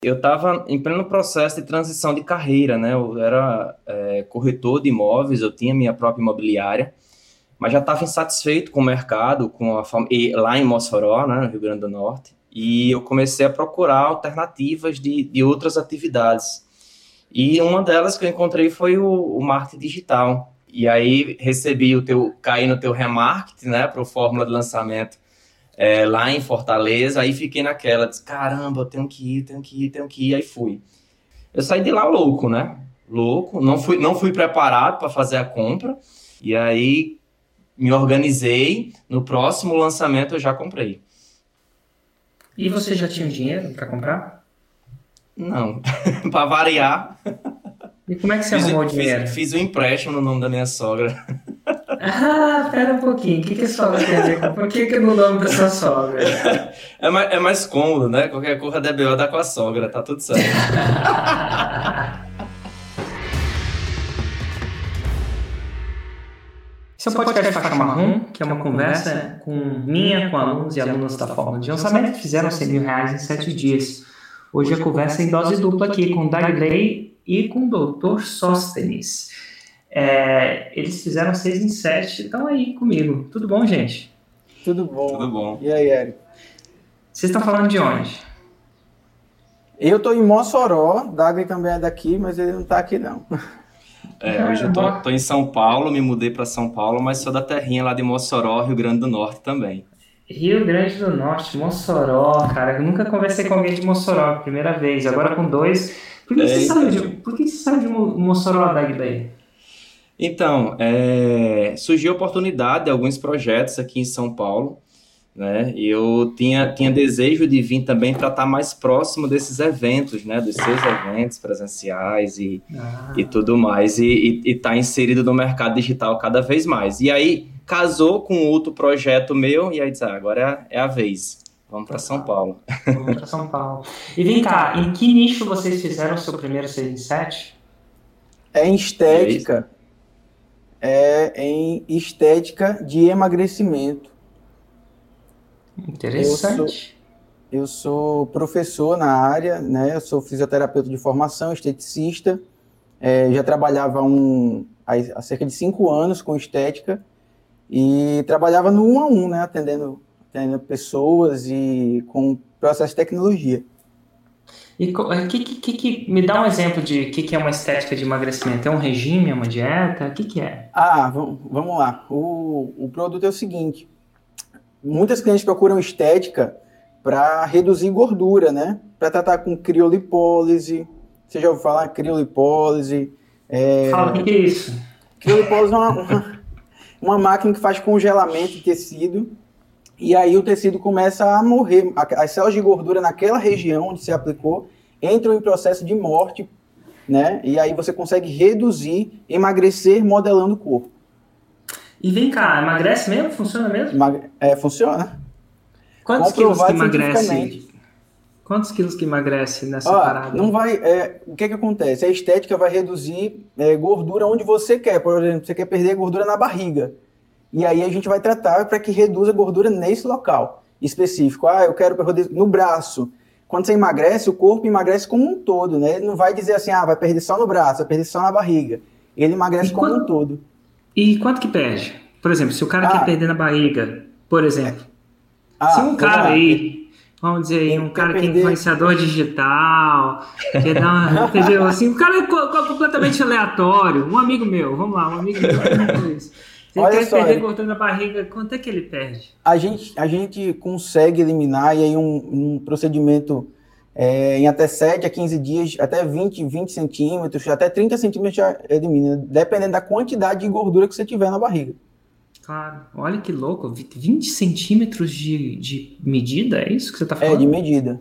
Eu estava em pleno processo de transição de carreira, né? Eu era corretor de imóveis, eu tinha minha própria imobiliária, mas já estava insatisfeito com o mercado, lá em Mossoró, né, no Rio Grande do Norte, e eu comecei a procurar alternativas de outras atividades. E uma delas que eu encontrei foi o marketing digital. E aí caí no teu remarketing, né, para o Fórmula de Lançamento lá em Fortaleza. Aí fiquei naquela, disse, caramba, eu tenho que ir, aí fui. Eu saí de lá louco, né? Louco, não fui preparado para fazer a compra. E aí me organizei, no próximo lançamento eu já comprei. E você já tinha o dinheiro para comprar? Não, para variar, E como é que você arrumou o dinheiro? fiz um empréstimo no nome da minha sogra. Ah, pera um pouquinho. O que a sogra tem a ver com... Por que no nome da sua sogra? É mais cômodo, né? Qualquer coisa da DBO dá com a sogra, tá tudo certo. Esse é o podcast Faixa Marrom, que é uma conversa com alunos e alunas da Fórmula de Lançamento que fizeram R$100.000 em 7 dias. Hoje a conversa é em dose dupla aqui com o Dagley e com o Dr. Sóstenes. Eles fizeram 6 em 7, estão aí comigo. Tudo bom, gente? Tudo bom. Tudo bom. E aí, Érico? Vocês estão falando de onde? Eu estou em Mossoró, Dagley também é daqui, mas ele não está aqui não. Hoje eu tô em São Paulo, me mudei para São Paulo, mas sou da terrinha lá de Mossoró, Rio Grande do Norte também. Rio Grande do Norte, Mossoró, cara. Eu nunca conversei com alguém de Mossoró, primeira vez. Agora com dois. Por que você saiu de Mossoró, Dagley? Então, surgiu a oportunidade de alguns projetos aqui em São Paulo, né? E eu tinha desejo de vir também para estar mais próximo desses eventos, né? Dos seus eventos presenciais e tudo mais, e estar inserido no mercado digital cada vez mais. E aí casou com outro projeto meu, e aí disse, agora é a vez. Vamos para São Paulo. Vamos para São Paulo. E vem cá, em que nicho vocês fizeram o seu primeiro 6 em 7? É em estética. Em estética de emagrecimento. Interessante. Eu sou professor na área, né? Eu sou fisioterapeuta de formação, esteticista. Já trabalhava há cerca de 5 anos com estética e trabalhava no 1 a 1, né? Atendendo pessoas e com processo de tecnologia. E me dá um exemplo de que é uma estética de emagrecimento? É um regime, é uma dieta? O que é? Vamos lá. O produto é o seguinte. Muitas clientes procuram estética para reduzir gordura, né? Para tratar com criolipólise. Você já ouviu falar em criolipólise? Fala, o que é isso? Criolipólise é uma máquina que faz congelamento de tecido e aí o tecido começa a morrer. As células de gordura naquela região onde se aplicou entram em processo de morte, né? E aí você consegue reduzir, emagrecer modelando o corpo. E vem cá, emagrece mesmo? Funciona mesmo? Funciona. Quantos quilos que emagrece? Quantos quilos que emagrece nessa parada? Não vai. O que acontece? A estética vai reduzir gordura onde você quer. Por exemplo, você quer perder gordura na barriga. E aí a gente vai tratar para que reduza a gordura nesse local específico. Eu quero perder no braço. Quando você emagrece, o corpo emagrece como um todo, né? Ele não vai dizer assim, vai perder só no braço, vai perder só na barriga. Ele emagrece como um todo. E quanto que perde? Por exemplo, se o cara quer perder na barriga, por exemplo. Se um cara aí, vamos dizer aí, um cara que é influenciador digital, quer dar uma, entendeu? Assim, um cara completamente aleatório, um amigo meu, vamos lá, um amigo meu que fez isso. Se ele quer perder gordura na barriga, quanto é que ele perde? A gente consegue eliminar, e aí um procedimento em até 7 a 15 dias, até 20 centímetros, até 30 centímetros já elimina, dependendo da quantidade de gordura que você tiver na barriga. Claro, olha que louco, 20 centímetros de medida, é isso que você está falando? De medida.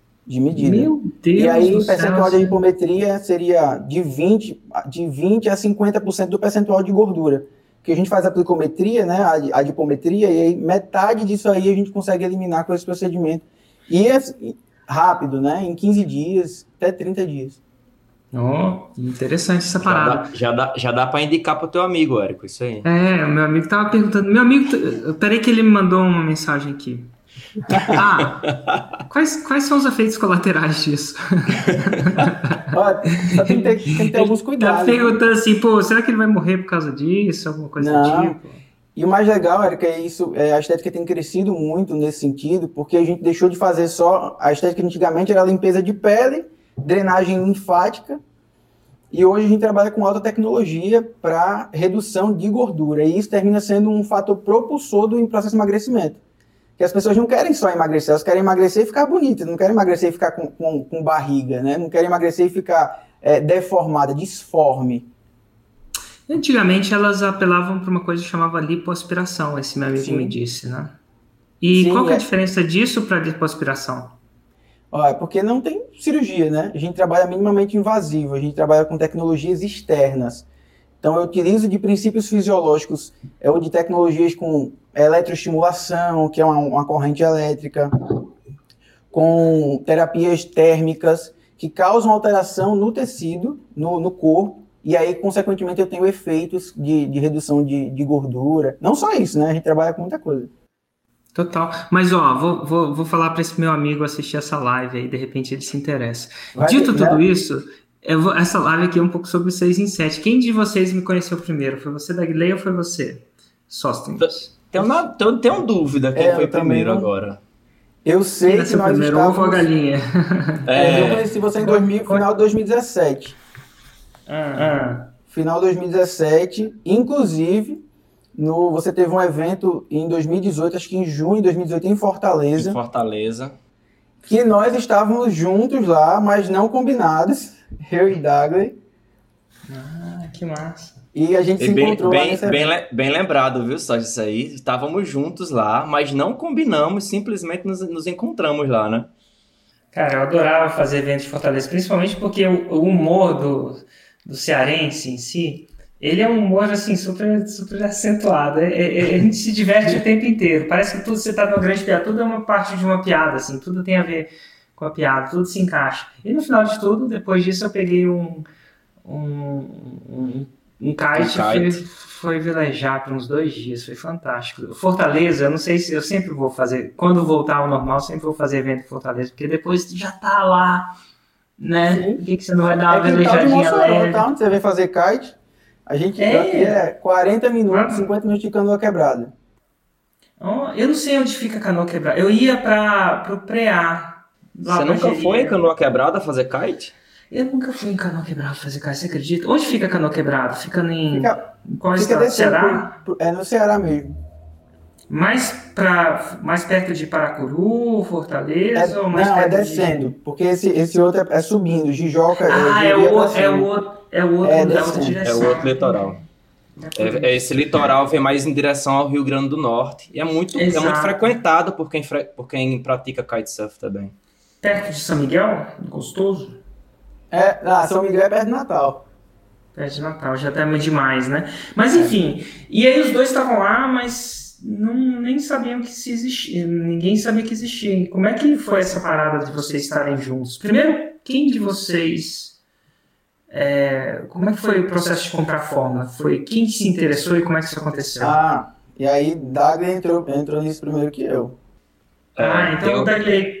Meu Deus. E aí o percentual de adipometria seria de 20 a 50% do percentual de gordura. Que a gente faz a plicometria, né, a adipometria, e aí metade disso aí a gente consegue eliminar com esse procedimento. E é rápido, né, em 15 dias, até 30 dias. Interessante essa parada. Já dá para indicar pro teu amigo, Érico, isso aí. O meu amigo tava perguntando. Meu amigo, peraí que ele me mandou uma mensagem aqui. Quais são os efeitos colaterais disso? Olha, só tem que ter alguns cuidados. Tá perguntando assim, pô, será que ele vai morrer por causa disso? Alguma coisa do tipo? E o mais legal, Eric, é isso, a estética tem crescido muito nesse sentido, porque a gente deixou de fazer só... A estética antigamente era limpeza de pele, drenagem linfática, e hoje a gente trabalha com alta tecnologia para redução de gordura, e isso termina sendo um fator propulsor do processo de emagrecimento. Porque as pessoas não querem só emagrecer, elas querem emagrecer e ficar bonitas, não querem emagrecer e ficar com barriga, né? Não querem emagrecer e ficar deformada, disforme. Antigamente elas apelavam para uma coisa que chamava lipoaspiração, esse meu amigo me disse, né? E qual que é a diferença disso para lipoaspiração? É porque não tem cirurgia, né? A gente trabalha minimamente invasivo, a gente trabalha com tecnologias externas. Então eu utilizo de princípios fisiológicos, ou de tecnologias com eletroestimulação, que é uma corrente elétrica, com terapias térmicas, que causam alteração no tecido, no corpo, e aí, consequentemente, eu tenho efeitos de redução de gordura. Não só isso, né? A gente trabalha com muita coisa. Total. Mas, vou falar para esse meu amigo assistir essa live aí, de repente ele se interessa. Dito tudo isso, essa live aqui é um pouco sobre 6 em 7. Quem de vocês me conheceu primeiro? Foi você, Dagley, ou foi você, Sóstenes? Tenho dúvida quem foi primeiro agora. Eu sei que nós primeiro, ovo ou galinha? Eu conheci você em final de 2017. Final de 2017, inclusive, você teve um evento em 2018, acho que em junho de 2018, em Fortaleza. Que nós estávamos juntos lá, mas não combinados, eu e Dagley. Que massa. E a gente se encontrou lá nesse evento. Bem lembrado, viu, só isso aí. Estávamos juntos lá, mas não combinamos, simplesmente nos encontramos lá, né? Cara, eu adorava fazer eventos em Fortaleza, principalmente porque o humor do cearense em si, ele é um humor assim, super, super acentuado. A gente se diverte o tempo inteiro. Parece que tudo você está numa grande piada, tudo é uma parte de uma piada, assim, tudo tem a ver com a piada, tudo se encaixa. E no final de tudo, depois disso, eu peguei um kite e foi velejar por uns 2 dias, foi fantástico. Fortaleza, eu não sei se eu sempre vou fazer, quando voltar ao normal, sempre vou fazer evento em Fortaleza, porque depois já tá lá, né? Por que você não vai dar uma velejadinha leve? Tá? Onde você vem fazer kite, a gente aqui 40 minutos, 50 minutos de canoa quebrada. Eu não sei onde fica a canoa quebrada. Eu ia pro Preá. Você nunca foi em canoa quebrada fazer kite? Eu nunca fui em Canoa Quebrada fazer kite, você acredita? Onde fica Canoa Quebrada? Fica em qual estado? Ceará? No Ceará mesmo. Mais perto de Paracuru, Fortaleza? Ou mais perto descendo, porque esse outro é subindo, Jijoca... é o outro direção. É o outro litoral. Esse litoral vem mais em direção ao Rio Grande do Norte. E é muito frequentado por quem pratica kitesurf também. Perto de São Miguel? Gostoso? São Miguel é perto de Natal. Perto de Natal, já tá demais, né? Mas enfim, e aí os dois estavam lá, mas nem sabiam que se existia, ninguém sabia que existia. Como é que foi essa parada de vocês estarem juntos? Primeiro, quem de vocês... como é que foi o processo de comprar a fórmula? Foi quem se interessou e como é que isso aconteceu? E aí Dagley entrou nisso primeiro que eu. Então o Dagley.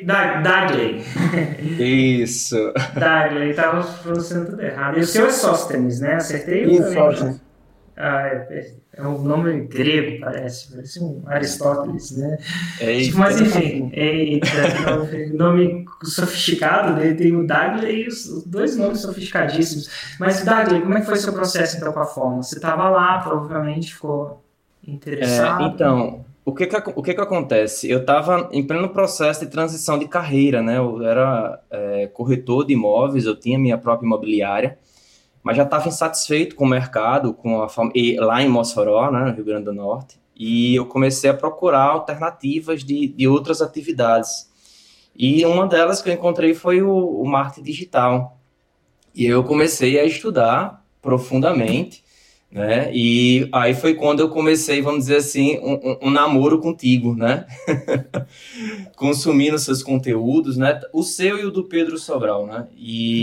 Isso. Dagley, estava pronunciando tudo errado. E o seu é Sóstenes, né? Acertei? Isso, Sóstenes. É um nome grego, parece um Aristóteles, né? Mas enfim, nome sofisticado, né? Tem o Dagley e os 2 nomes sofisticadíssimos. Mas Dagley, como é que foi o seu processo então com a fórmula? Você estava lá, provavelmente ficou interessado. Então, o que acontece? Eu estava em pleno processo de transição de carreira, né? Eu era corretor de imóveis, eu tinha minha própria imobiliária, mas já estava insatisfeito com o mercado, lá em Mossoró, né, no Rio Grande do Norte, e eu comecei a procurar alternativas de outras atividades. E uma delas que eu encontrei foi o marketing digital. E eu comecei a estudar profundamente, né? E aí foi quando eu comecei, vamos dizer assim, um namoro contigo, né? Consumindo seus conteúdos, né? O seu e o do Pedro Sobral, né?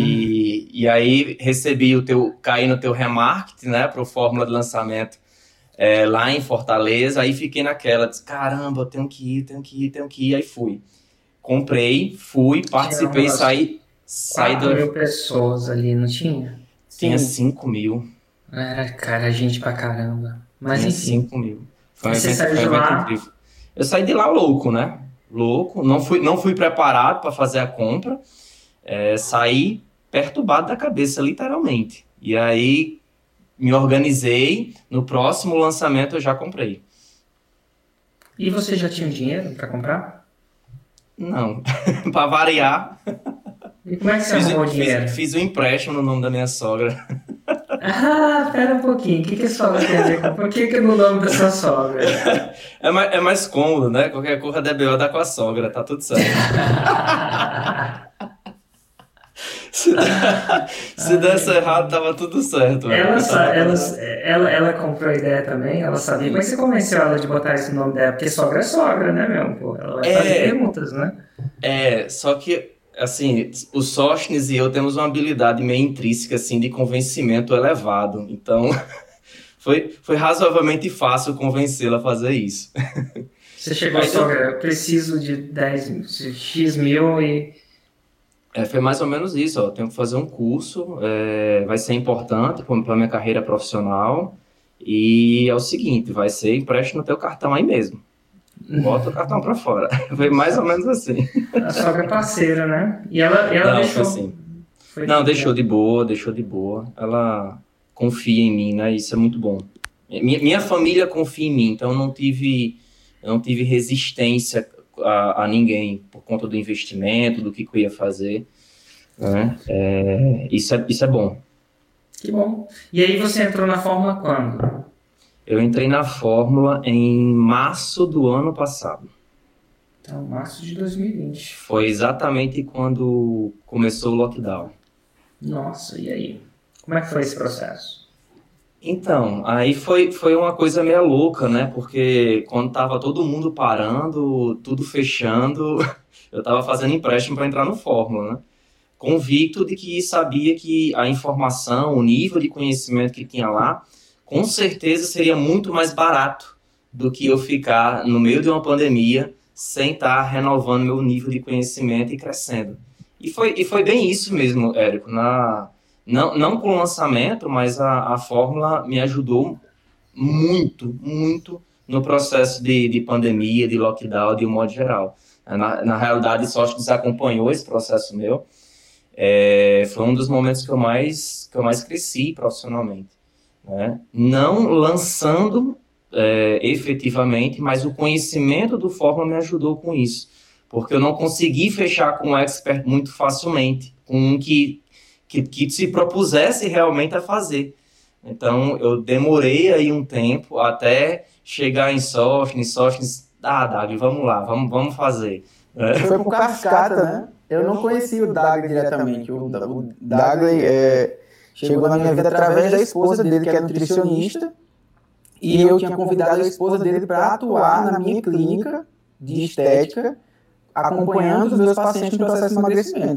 E aí caí no teu remarketing, né? Para o Fórmula de Lançamento lá em Fortaleza, aí fiquei naquela, disse, caramba, eu tenho que ir, aí fui. Comprei, fui, participei, saí 4.000 pessoas ali, não tinha? Tinha 5.000. Cara, gente pra caramba. Mas tinha enfim. 5.000. Foi um você evento, saiu de lá? Incrível. Eu saí de lá louco, né? Louco, não fui preparado para fazer a compra, saí perturbado da cabeça, literalmente. E aí me organizei, no próximo lançamento eu já comprei. E você já tinha dinheiro para comprar? Não, para variar. E como é que você arrumou o dinheiro? Fiz um empréstimo no nome da minha sogra. Pera um pouquinho, o que a sogra tem a ver com? Por que no nome da sua sogra? É mais cômodo, né? Qualquer coisa da DBO dá com a sogra, tá tudo certo. Se desse errado, tava tudo certo. Ela comprou a ideia também, ela sabia. Como é que você convenceu ela de botar esse nome dela? Porque sogra é sogra, né, meu? Pô, ela vai fazer perguntas, né? Só que, assim, o Sóstenes e eu temos uma habilidade meio intrínseca, assim, de convencimento elevado. Então, foi razoavelmente fácil convencê-la a fazer isso. Você chegou a sogra, eu preciso de X mil e... Foi mais ou menos isso, ó. Tenho que fazer um curso, vai ser importante para minha carreira profissional. E é o seguinte, vai ser empréstimo no teu cartão aí mesmo. Bota o cartão para fora. Foi mais ou menos assim. A sogra é parceira, né? E ela não, deixou... Assim. Deixou de boa. Ela confia em mim, né? Isso é muito bom. Minha família confia em mim, então eu não tive resistência a ninguém por conta do investimento, do que eu ia fazer. Né? Isso é bom. Que bom. E aí você entrou na Fórmula quando? Eu entrei na Fórmula em março do ano passado. Então, março de 2020. Foi exatamente quando começou o lockdown. Nossa, e aí? Como é que foi esse processo? Então, aí foi uma coisa meio louca, né? Porque quando tava todo mundo parando, tudo fechando, eu tava fazendo empréstimo para entrar no Fórmula, né? Convicto de que sabia que a informação, o nível de conhecimento que tinha lá, com certeza seria muito mais barato do que eu ficar no meio de uma pandemia sem estar renovando meu nível de conhecimento e crescendo. E foi bem isso mesmo, Érico. Não com o lançamento, mas a Fórmula me ajudou muito, muito no processo de pandemia, de lockdown, de um modo geral. Na realidade, Sóstenes acompanhou esse processo meu. Foi um dos momentos que eu mais cresci profissionalmente. Né? Não lançando efetivamente, mas o conhecimento do Fórmula me ajudou com isso. Porque eu não consegui fechar com um expert muito facilmente, com um que se propusesse realmente a fazer. Então, eu demorei aí um tempo até chegar em Sóstenes, Dagli, vamos lá, vamos fazer. Foi por cascata, né? Eu não conhecia o Dagli diretamente. O Dagli chegou na minha vida através da esposa dele, que é nutricionista, e eu tinha convidado a esposa dele para atuar na minha clínica de estética, acompanhando os meus pacientes no processo de emagrecimento.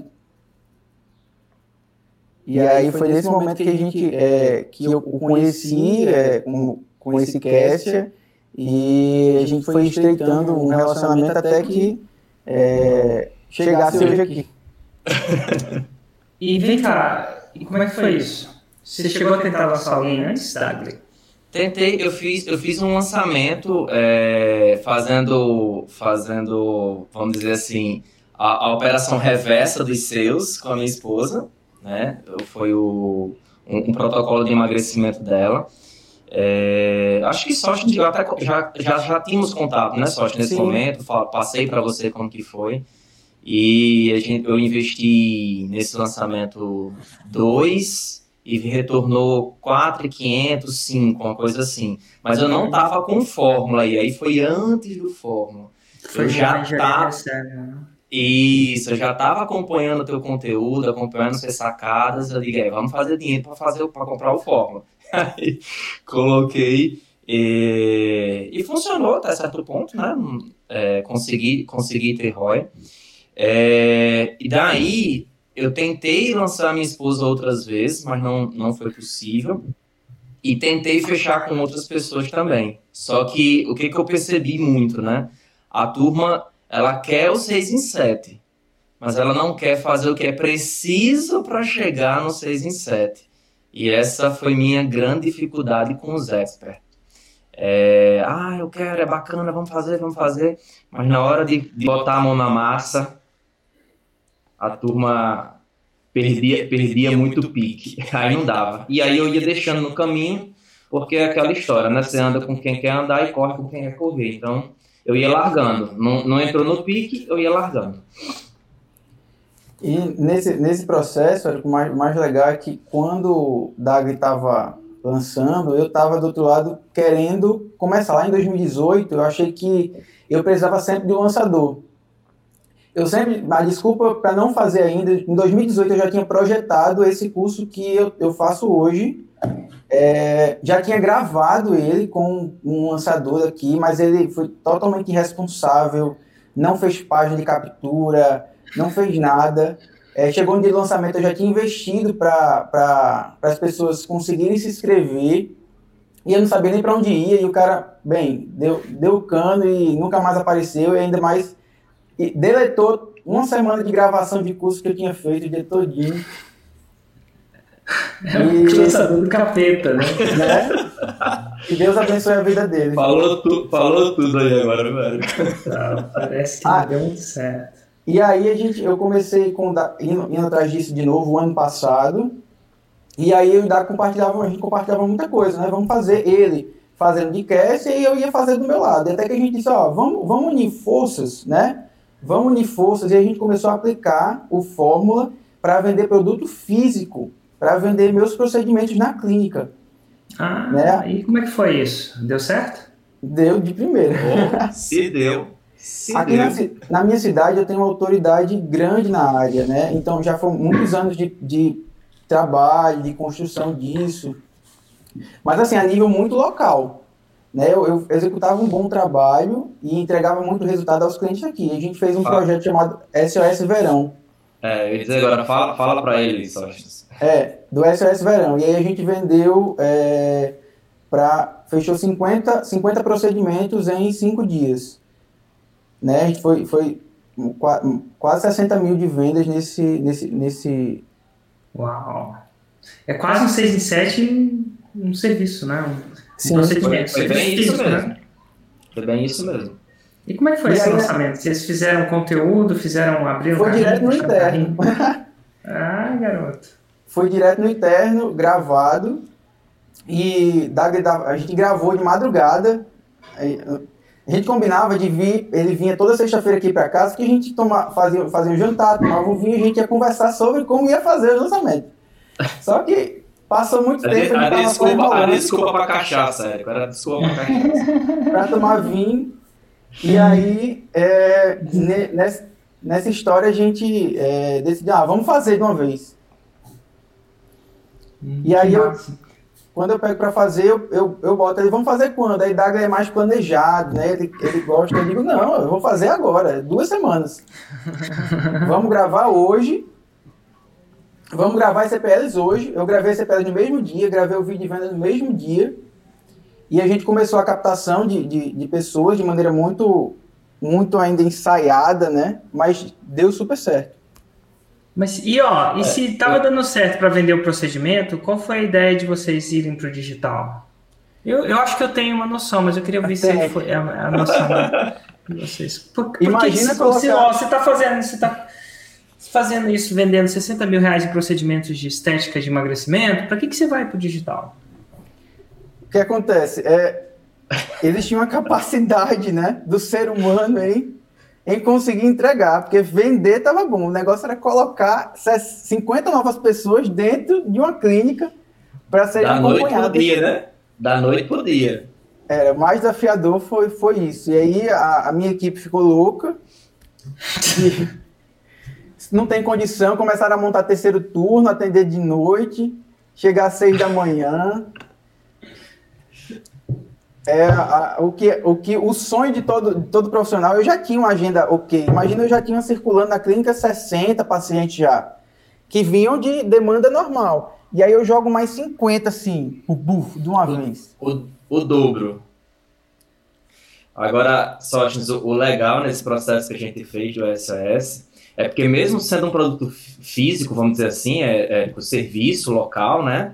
E aí foi nesse momento que eu conheci com esse Kessia, e a gente foi estreitando um relacionamento até que chegasse hoje aqui. E vem cá, e como é que foi isso? Você chegou a tentar lançar alguém antes, Dagli? Tentei, eu fiz um lançamento fazendo, vamos dizer assim, a operação reversa dos seus com a minha esposa, né? Foi um protocolo de emagrecimento dela. Acho que Sóstenes, já tínhamos contato, né, Sóstenes, nesse momento, passei para você como que foi. E eu investi nesse lançamento 2 e retornou 4.500, 5, uma coisa assim. Mas eu não estava com Fórmula, e aí foi antes do Fórmula. Eu já estava acompanhando o teu conteúdo, acompanhando as sacadas. Eu digo, vamos fazer dinheiro para comprar o Fórmula. Aí coloquei e funcionou até certo ponto, né? Consegui ter ROI. E daí eu tentei lançar minha esposa outras vezes, mas não foi possível. E tentei fechar com outras pessoas também. Só que o que eu percebi muito, né? A turma, ela quer o 6 em 7, mas ela não quer fazer o que é preciso para chegar no 6 em 7. E essa foi minha grande dificuldade com os experts. Eu quero, é bacana, vamos fazer. Mas na hora de botar a mão na massa, a turma perdia muito pique. Aí não dava. E aí eu ia deixando no caminho, porque é aquela história, né? Você anda com quem quer andar e corre com quem quer correr. Então, eu ia largando. Não entrou no pique, eu ia largando. E nesse processo, o mais legal é que quando o Dagli estava lançando, eu estava do outro lado querendo começar. Lá em 2018, eu achei que eu precisava sempre de um lançador. A desculpa para não fazer ainda, em 2018 eu já tinha projetado esse curso que eu faço hoje, já tinha gravado ele com um lançador aqui, mas ele foi totalmente irresponsável, não fez página de captura, não fez nada. Chegou no dia do lançamento, eu já tinha investido para as pessoas conseguirem se inscrever, e eu não sabia nem para onde ia, e o cara, deu cano e nunca mais apareceu, e ainda mais deletou uma semana de gravação de curso que eu tinha feito o dia todinho. O lançador do capeta, né? Que Deus abençoe a vida dele. Falou tudo aí agora, velho. Parece que deu muito certo. E aí eu comecei indo atrás disso de novo o ano passado, e aí a gente compartilhava muita coisa, né? Vamos fazer ele fazendo de cast e eu ia fazer do meu lado. Até que a gente disse, vamos unir forças, né? Vamos unir forças, e a gente começou a aplicar o Fórmula para vender produto físico, para vender meus procedimentos na clínica. Né? E como é que foi isso? Deu certo? Deu de primeira. Se deu. Aqui na minha cidade eu tenho uma autoridade grande na área, né? Então já foram muitos anos de trabalho, de construção disso. Mas assim, a nível muito local. Né? Eu executava um bom trabalho e entregava muito resultado aos clientes aqui. A gente fez um projeto chamado SOS Verão. Eu ia dizer agora, fala para eles, Sócrates. Do SOS Verão. E aí a gente vendeu, fechou 50 procedimentos em 5 dias. Né? A gente foi quase 60 mil de vendas nesse... Uau! É quase um 6 em 7 um serviço, né? Sim, foi bem isso mesmo. Né? Foi bem isso mesmo. E como é que foi esse lançamento? Vocês fizeram conteúdo, abriram... Foi direto no interno. Garoto. Foi direto no interno, gravado, e a gente gravou de madrugada. A gente combinava de vir, ele vinha toda sexta-feira aqui para casa, que a gente fazia um jantar, tomava um vinho, e a gente ia conversar sobre como ia fazer o lançamento. Só que passou muito tempo... A desculpa pra cachaça, Érico. Era desculpa pra cachaça. Pra tomar vinho. E aí, nessa história, a gente decidiu, vamos fazer de uma vez. E aí, quando eu pego pra fazer, eu boto ele, vamos fazer quando? Aí Dagli é mais planejado, né? Ele gosta, eu digo, não, eu vou fazer agora, 2 semanas. Vamos gravar hoje. Vamos gravar as CPLs hoje. Eu gravei as CPLs no mesmo dia, gravei o vídeo de venda no mesmo dia. E a gente começou a captação de pessoas de maneira muito, muito ainda ensaiada, né? Mas deu super certo. Mas, e se estava dando certo para vender o procedimento, qual foi a ideia de vocês irem para o digital? Eu acho que eu tenho uma noção, mas eu queria ouvir se foi a noção de vocês. Porque imagina você está fazendo isso, vendendo 60 mil reais em procedimentos de estética de emagrecimento, para que você vai para o digital? O que acontece? Existe uma capacidade, né, do ser humano em conseguir entregar, porque vender estava bom, o negócio era colocar 50 novas pessoas dentro de uma clínica para serem acompanhadas. Da noite pro dia, né? Da noite pro dia. Mais desafiador foi isso. E aí a minha equipe ficou louca, e não tem condição, começaram a montar terceiro turno, atender de noite, chegar às 6 da manhã... O sonho de todo profissional, eu já tinha uma agenda ok. Imagina, eu já tinha circulando na clínica 60 pacientes já, que vinham de demanda normal. e aí eu jogo mais 50, assim, de uma vez. O dobro. Agora, Sóstenes, o legal nesse processo que a gente fez do SOS é porque mesmo sendo um produto físico, vamos dizer assim, o serviço local, né?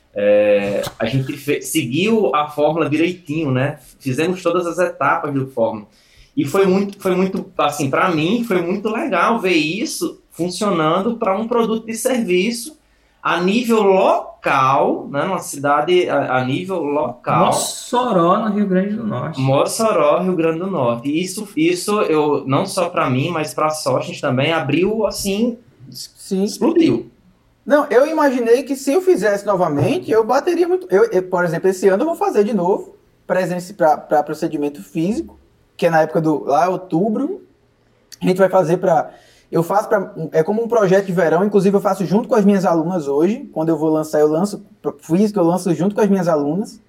A gente seguiu a fórmula direitinho, né? Fizemos todas as etapas do fórmula. E foi muito, assim, para mim, foi muito legal ver isso funcionando para um produto de serviço a nível local, né? Numa cidade a nível local. Mossoró, no Rio Grande do Norte. Mossoró, Rio Grande do Norte. Isso eu, não só para mim, mas para a Sóstenes também, abriu, assim, sim, explodiu. Não, eu imaginei que se eu fizesse novamente, eu bateria muito. Por exemplo, esse ano eu vou fazer de novo, presença para procedimento físico, que é na época lá outubro. A gente vai fazer eu faço é como um projeto de verão, inclusive eu faço junto com as minhas alunas hoje. Quando eu vou lançar, eu lanço físico, eu lanço junto com as minhas alunas.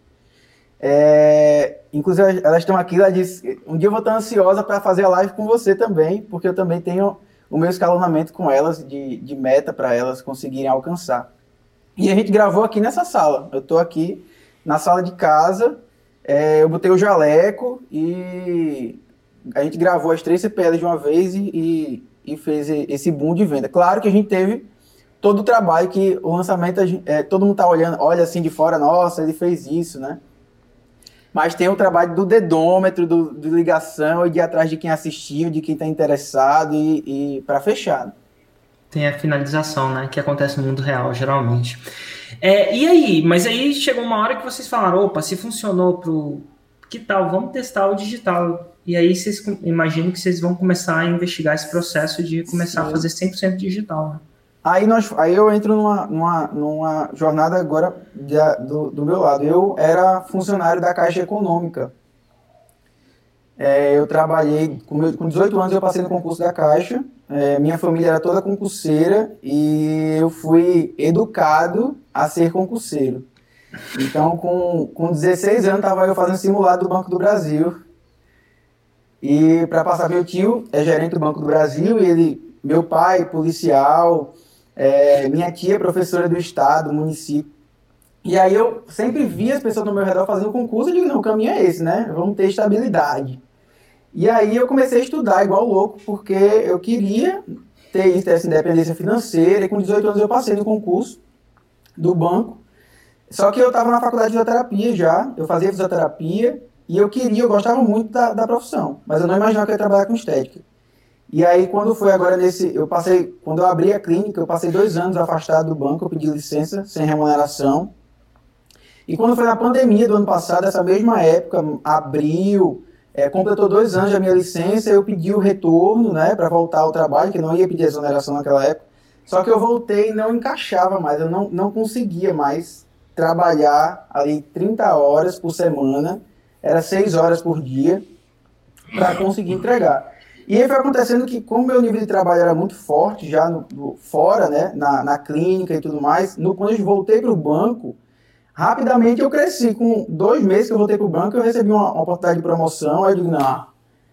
Inclusive elas estão aqui, ela disse, um dia eu vou estar ansiosa para fazer a live com você também, porque eu também tenho o meu escalonamento com elas, de meta para elas conseguirem alcançar. E a gente gravou aqui nessa sala. Eu estou aqui na sala de casa, eu botei o jaleco e a gente gravou as 3 CPLs de uma vez e fez esse boom de venda. Claro que a gente teve todo o trabalho que o lançamento, todo mundo tá olha assim de fora, nossa, ele fez isso, né? Mas tem o trabalho do dedômetro, do ligação e de ir atrás de quem assistiu, de quem está interessado e para fechar. Tem a finalização, né? Que acontece no mundo real, geralmente. E aí? Mas aí chegou uma hora que vocês falaram, opa, se funcionou que tal? Vamos testar o digital. E aí vocês imaginam que vocês vão começar a investigar esse processo de começar a fazer 100% digital, né? Aí eu entro numa jornada agora do meu lado. Eu era funcionário da Caixa Econômica. Eu trabalhei, com 18 anos eu passei no concurso da Caixa. Minha família era toda concurseira e eu fui educado a ser concurseiro. Então, com 16 anos, estava eu fazendo simulado do Banco do Brasil. E para passar, meu tio é gerente do Banco do Brasil, e meu pai, policial, minha tia, professora do estado, município. E aí eu sempre via as pessoas no meu redor fazendo concurso, e digo, não, o caminho é esse, né? Vamos ter estabilidade. E aí eu comecei a estudar igual louco, porque eu queria ter essa independência financeira, e com 18 anos eu passei no concurso do banco. Só que eu estava na faculdade de fisioterapia já, eu fazia fisioterapia, e eu gostava muito da profissão, mas eu não imaginava que eu ia trabalhar com estética. E aí, quando foi agora quando eu abri a clínica, eu passei 2 anos afastado do banco, eu pedi licença, sem remuneração. E quando foi na pandemia do ano passado, essa mesma época, abril, completou 2 anos da minha licença, eu pedi o retorno, né, para voltar ao trabalho, que não ia pedir exoneração naquela época. Só que eu voltei e não encaixava mais, eu não conseguia mais trabalhar ali 30 horas por semana, era 6 horas por dia, para conseguir entregar. E aí foi acontecendo que, como meu nível de trabalho era muito forte, já fora, né, na clínica e tudo mais, quando eu voltei para o banco, rapidamente eu cresci. Com 2 meses que eu voltei para o banco, eu recebi uma oportunidade de promoção, aí eu digo, não,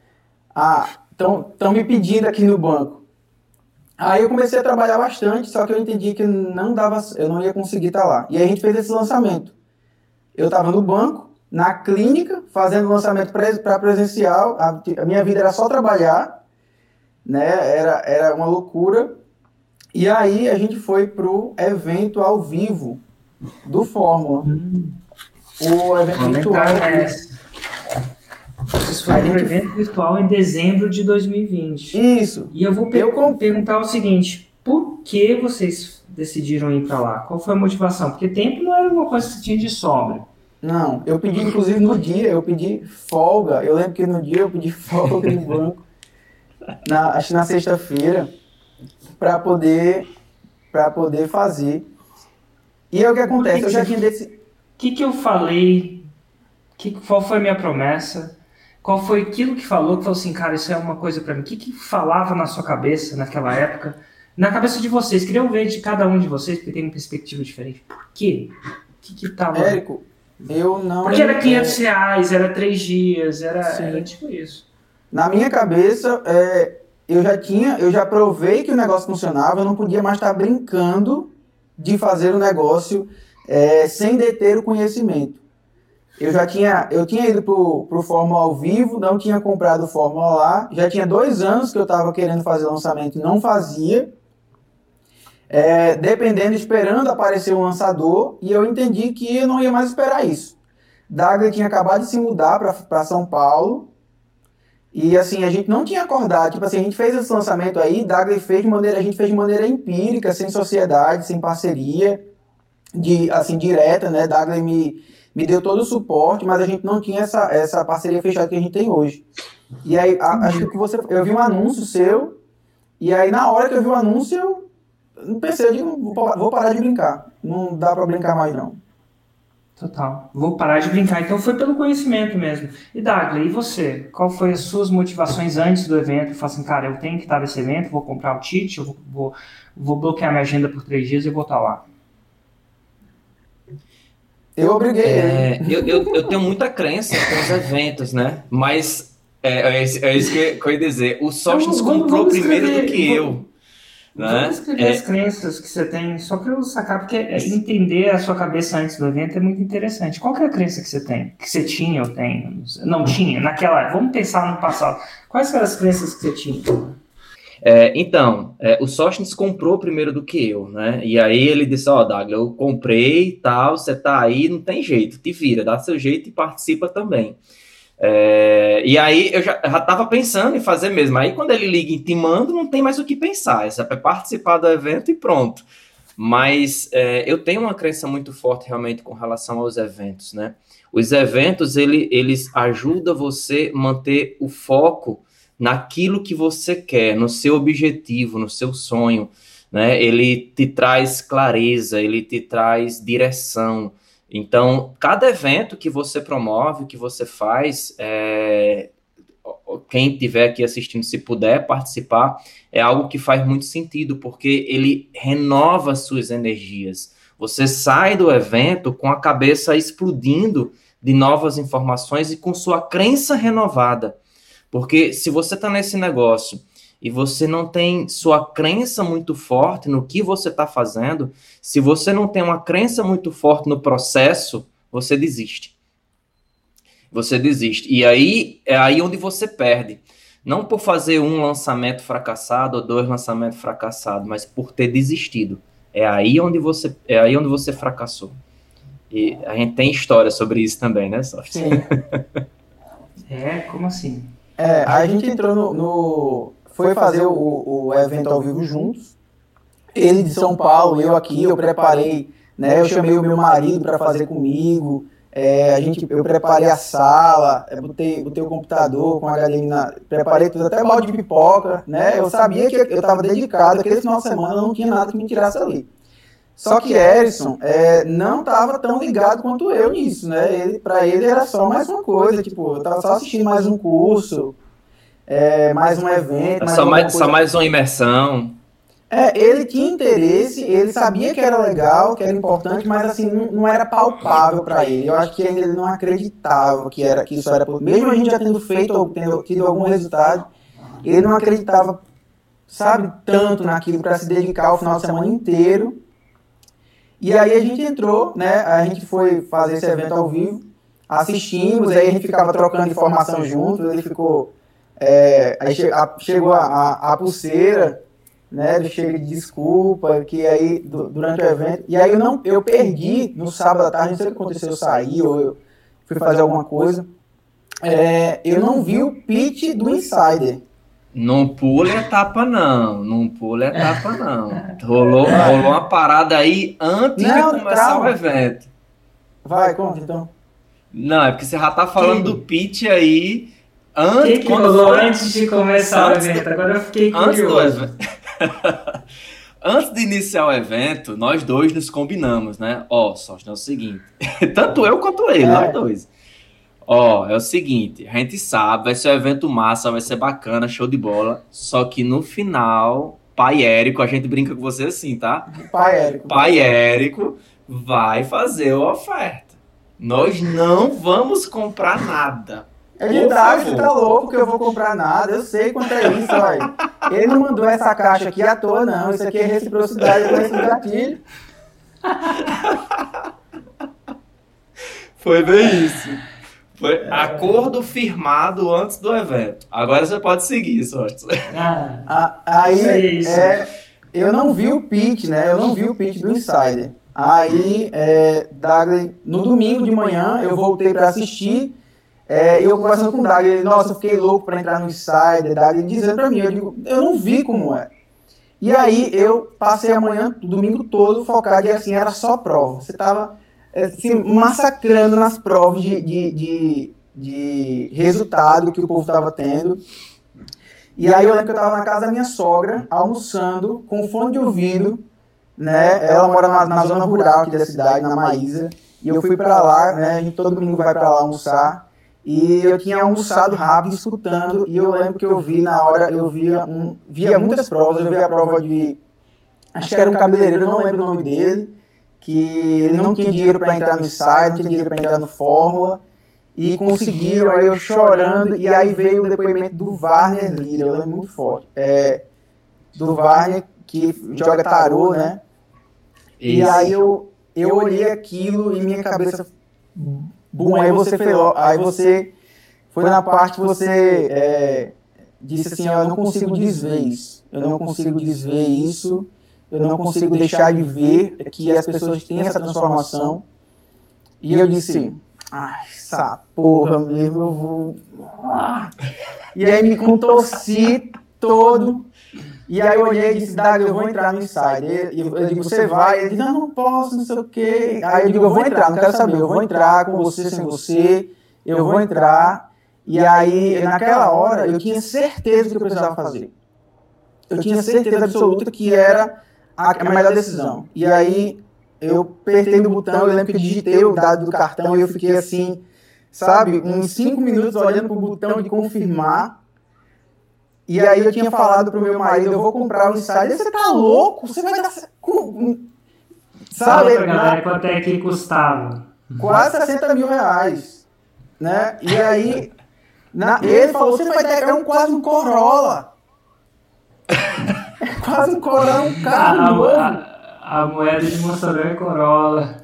estão me pedindo aqui no banco. Aí eu comecei a trabalhar bastante, só que eu entendi que eu não ia conseguir estar lá. E aí a gente fez esse lançamento. Eu estava no banco, na clínica, fazendo lançamento para presencial, a minha vida era só trabalhar, né? Era uma loucura. E aí a gente foi pro evento ao vivo do Fórmula. O evento virtual. Vocês foram pro evento virtual em dezembro de 2020. Isso. E eu vou perguntar o seguinte, por que vocês decidiram ir para lá? Qual foi a motivação? Porque tempo não era uma coisa que você tinha de sobra. Não, eu pedi, inclusive, no dia, eu pedi folga. Eu lembro que no dia eu pedi folga no banco, acho que na sexta-feira, para poder fazer. E aí o que acontece? Eu já tinha decidido. O que eu falei? Qual foi a minha promessa? Qual foi aquilo que falou assim, cara, isso é uma coisa para mim? O que falava na sua cabeça naquela época? Na cabeça de vocês, queriam ver de cada um de vocês, porque tem uma perspectiva diferente. Por quê? O que tava... Érico, eu não... Porque era R$500, era 3 dias, era tipo isso. Na minha cabeça, eu já provei que o negócio funcionava, eu não podia mais estar brincando de fazer o negócio sem deter o conhecimento. Eu tinha ido pro Fórmula ao vivo, não tinha comprado o Fórmula lá, já tinha 2 anos que eu estava querendo fazer lançamento e não fazia, dependendo, esperando aparecer um lançador, e eu entendi que eu não ia mais esperar isso. Dagler tinha acabado de se mudar para São Paulo, e assim, a gente não tinha acordado, tipo assim, a gente fez esse lançamento aí, Dagler a gente fez de maneira empírica, sem sociedade, sem parceria, direta, né, Dagler me deu todo o suporte, mas a gente não tinha essa parceria fechada que a gente tem hoje. E aí, acho que eu vi um anúncio seu, e aí na hora que eu vi o anúncio, eu pensei, eu digo, vou parar de brincar. Não dá para brincar mais, não. Total. Vou parar de brincar. Então foi pelo conhecimento mesmo. E Dagler, e você? Qual foi as suas motivações antes do evento? Falei assim, cara, eu tenho que estar nesse evento, vou comprar o ticket, eu vou bloquear minha agenda por 3 dias e vou estar lá. Eu obriguei. Eu tenho muita crença com os eventos, né? Mas é isso que eu ia dizer. O Sóstenes comprou primeiro do que eu. Né? Vamos escrever as crenças que você tem, só para eu sacar, porque entender a sua cabeça antes do evento é muito interessante. Qual que é a crença que você tem? Que você tinha ou tem? Não tinha, naquela... Vamos pensar no passado. Quais eram as crenças que você tinha? Então, o Sóstenes comprou primeiro do que eu, né? E aí ele disse, Dagler, eu comprei e tal, você tá aí, não tem jeito, te vira, dá seu jeito e participa também. E aí eu já estava pensando em fazer mesmo. Aí quando ele liga intimando, não tem mais o que pensar, é só participar do evento e pronto. Mas eu tenho uma crença muito forte realmente com relação aos eventos, né? Os eventos, eles ajudam você a manter o foco naquilo que você quer, no seu objetivo, no seu sonho, né? Ele te traz clareza, ele te traz direção. Então, cada evento que você promove, que você faz, quem estiver aqui assistindo, se puder participar, é algo que faz muito sentido, porque ele renova as suas energias. Você sai do evento com a cabeça explodindo de novas informações e com sua crença renovada. Porque se você está nesse negócio e você não tem sua crença muito forte no que você está fazendo, se você não tem uma crença muito forte no processo, você desiste. Você desiste. E aí é aí onde você perde. Não por fazer um lançamento fracassado ou 2 lançamentos fracassados, mas por ter desistido. É aí onde você fracassou. E a gente tem história sobre isso também, né, Soft? Sim. Como assim? A gente entrou foi fazer o evento ao vivo juntos. Ele de São Paulo, eu aqui, eu preparei, né? Eu chamei o meu marido para fazer comigo. Eu preparei a sala, botei o computador com HDMI, preparei tudo, até balde de pipoca, né? Eu sabia que eu estava dedicado, aquele final de semana não tinha nada que me tirasse ali. Só que Erison não estava tão ligado quanto eu nisso, né? Para ele era só mais uma coisa, tipo, eu estava só assistindo mais um curso, mais um evento. Só mais uma imersão. Ele tinha interesse, ele sabia que era legal, que era importante, mas assim, não era palpável para ele. Eu acho que ainda ele não acreditava que isso era... Mesmo a gente já tendo tendo tido algum resultado, ele não acreditava, sabe, tanto naquilo para se dedicar o final de semana inteiro. E aí a gente entrou, né? A gente foi fazer esse evento ao vivo, assistimos, aí a gente ficava trocando informação juntos, ele ficou... aí chegou a pulseira, né? Ele chega de desculpa, que aí durante o evento... E aí eu perdi no sábado à tarde, não sei o que aconteceu, eu saí ou eu fui fazer alguma coisa. Eu não vi o pitch do Insider. Não pula etapa, não. Não pula etapa, não. Rolou uma parada aí antes de começar o evento. Vai, conta então. Não, é porque você já tá falando do pitch aí antes, antes de começar o evento. Agora eu fiquei curioso. Antes de iniciar o evento, nós dois nos combinamos, né? Só é o seguinte. Tanto eu quanto ele, nós dois. É o seguinte, a gente sabe, vai ser um evento massa, vai ser bacana, show de bola, só que no final, pai Érico, a gente brinca com você assim, tá? Pai Érico vai fazer a oferta. Nós não vamos comprar nada. Ele tá louco que eu vou comprar nada, eu sei quanto é isso, olha. Ele não mandou essa caixa aqui à toa, não, isso aqui é reciprocidade, eu conheço o gatilho. Foi bem isso. Foi acordo firmado antes do evento. Agora você pode seguir, Sócrates. Aí, eu não vi o pitch, né? Eu não vi o pitch do Insider. Aí, Dagli, no domingo de manhã, eu voltei para assistir. E eu conversando com o Dagli, ele, nossa, eu fiquei louco para entrar no Insider. Dagli dizendo para mim, eu digo, eu não vi como é. E aí, eu passei a manhã, o domingo todo, focado, e assim, era só prova. Você tava assim, massacrando nas provas de resultado que o povo estava tendo. E aí eu lembro que eu estava na casa da minha sogra, almoçando, com fone de ouvido, né? Ela mora na zona rural aqui da cidade, na Maísa, e eu fui para lá, né? A gente todo domingo vai para lá almoçar, e eu tinha almoçado rápido, escutando, e eu lembro que eu vi na hora, eu via muitas provas, eu vi a prova de, acho que era um cabeleireiro, eu não lembro o nome dele, que ele não tinha dinheiro para entrar no site, não tinha dinheiro para entrar no Fórmula, e conseguiu, aí eu chorando, e aí veio o depoimento do Warner Lira, eu lembro muito forte, do Warner, que joga tarô, né? Isso. E aí eu olhei aquilo e minha cabeça, aí você foi na parte que você disse assim, eu não consigo desver isso, eu não consigo deixar de ver que as pessoas têm essa transformação. E eu disse, essa porra mesmo, eu vou... E aí me contorci todo, e aí eu olhei e disse, Dagli, eu vou entrar no Insider. Eu digo, você vai? Ele disse, não posso, não sei o quê. Aí eu digo, eu vou entrar, não quero saber, eu vou entrar com você, sem você, eu vou entrar. E aí, naquela hora, eu tinha certeza do que eu precisava fazer. Eu tinha certeza absoluta que era a melhor decisão. E aí, eu apertei no botão, eu lembro que eu digitei o dado do cartão e eu fiquei assim, sabe, uns 5 minutos olhando pro botão de confirmar. E aí eu tinha falado pro meu marido, eu vou comprar o Insider. Você tá louco? Você vai dar... Sabe? Pra galera, quanto é que custava? Quase 60 mil reais. Né? E aí, ele falou, você vai dar quase um Corolla. Quase um Corolla, um carro novo. A moeda de Mossoró é Corolla.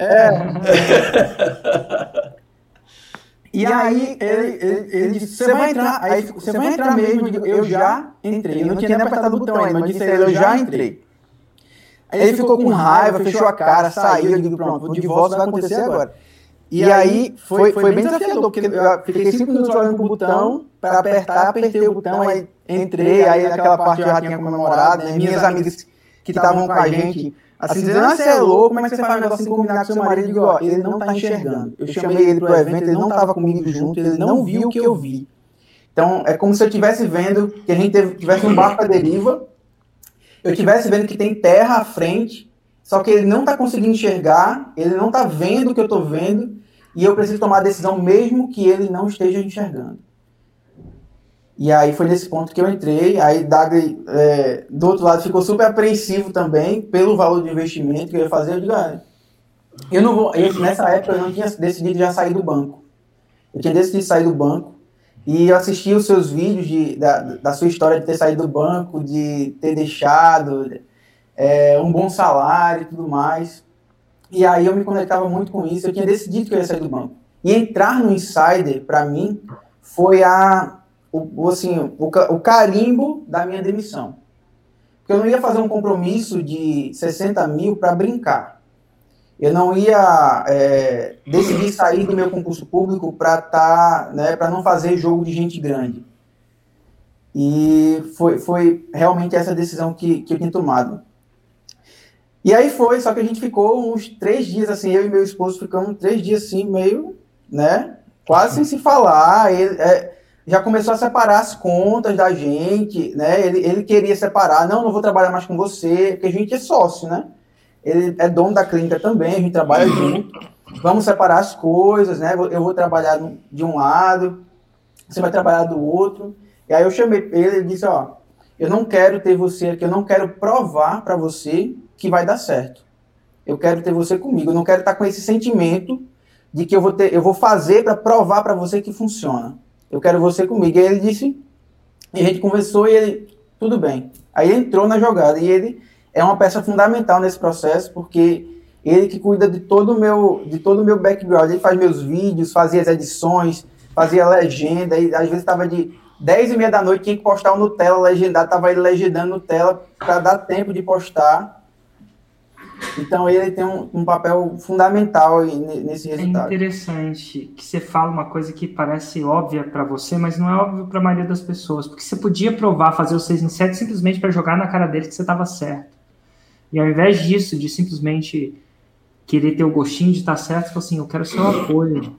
E aí ele disse, você vai entrar, aí você vai entrar mesmo, eu já entrei, eu não tinha nem apertado o botão ainda, mas disse a ele, eu já entrei. Aí ele ficou com raiva, fechou a cara, saiu, eu digo, pronto, o divórcio vai acontecer agora. E aí foi bem desafiador, porque eu fiquei 5 minutos olhando pro botão, para apertar, apertei o botão, aí entrei, aí naquela parte eu já tinha comemorado, né, minhas amigas que estavam com a gente, assim, dizendo, você é louco, como é que você faz um negócio assim combinar com seu marido? Eu digo, ó, ele não tá enxergando. Eu chamei ele pro evento, ele não tava comigo junto, ele não viu o que eu vi. Então, é como se eu estivesse vendo que a gente tivesse um barco à deriva, eu estivesse vendo que tem terra à frente, só que ele não tá conseguindo enxergar, ele não tá vendo o que eu tô vendo, e eu preciso tomar a decisão mesmo que ele não esteja enxergando. E aí foi nesse ponto que eu entrei, aí Dagli, do outro lado, ficou super apreensivo também, pelo valor de investimento que eu ia fazer. Eu digo, eu não vou... Nessa época eu não tinha decidido já sair do banco. Eu tinha decidido sair do banco, e eu assisti os seus vídeos da sua história de ter saído do banco, de ter deixado um bom salário e tudo mais. E aí eu me conectava muito com isso, eu tinha decidido que eu ia sair do banco. E entrar no Insider, para mim, foi o carimbo da minha demissão. Porque eu não ia fazer um compromisso de 60 mil para brincar. Eu não ia decidir sair do meu concurso público para não fazer jogo de gente grande. E foi realmente essa decisão que eu tinha tomado. E aí só que a gente ficou uns 3 dias, assim, eu e meu esposo ficamos 3 dias assim, meio, né, quase sem se falar. Já começou a separar as contas da gente, né? Ele queria separar, não vou trabalhar mais com você, porque a gente é sócio, né? Ele é dono da clínica também, a gente trabalha junto. Vamos separar as coisas, né? Eu vou trabalhar de um lado, você vai trabalhar do outro. E aí eu chamei ele e disse, ó, eu não quero ter você aqui, eu não quero provar para você que vai dar certo. Eu quero ter você comigo, eu não quero estar com esse sentimento de que eu vou fazer para provar para você que funciona. Eu quero você comigo. E aí ele disse, e a gente conversou e ele, tudo bem. Aí ele entrou na jogada e ele é uma peça fundamental nesse processo, porque ele que cuida de todo o meu background, ele faz meus vídeos, fazia as edições, fazia legenda, e às vezes estava de 10h30 da noite, tinha que postar um Nutella legendado, estava ele legendando Nutella para dar tempo de postar. Então ele tem um papel fundamental nesse resultado. É interessante que você fala uma coisa que parece óbvia para você, mas não é óbvio para a maioria das pessoas, porque você podia provar, fazer o 6 em 7 simplesmente para jogar na cara dele que você estava certo. E ao invés disso, de simplesmente querer ter o gostinho de estar certo, você falou assim, eu quero seu apoio.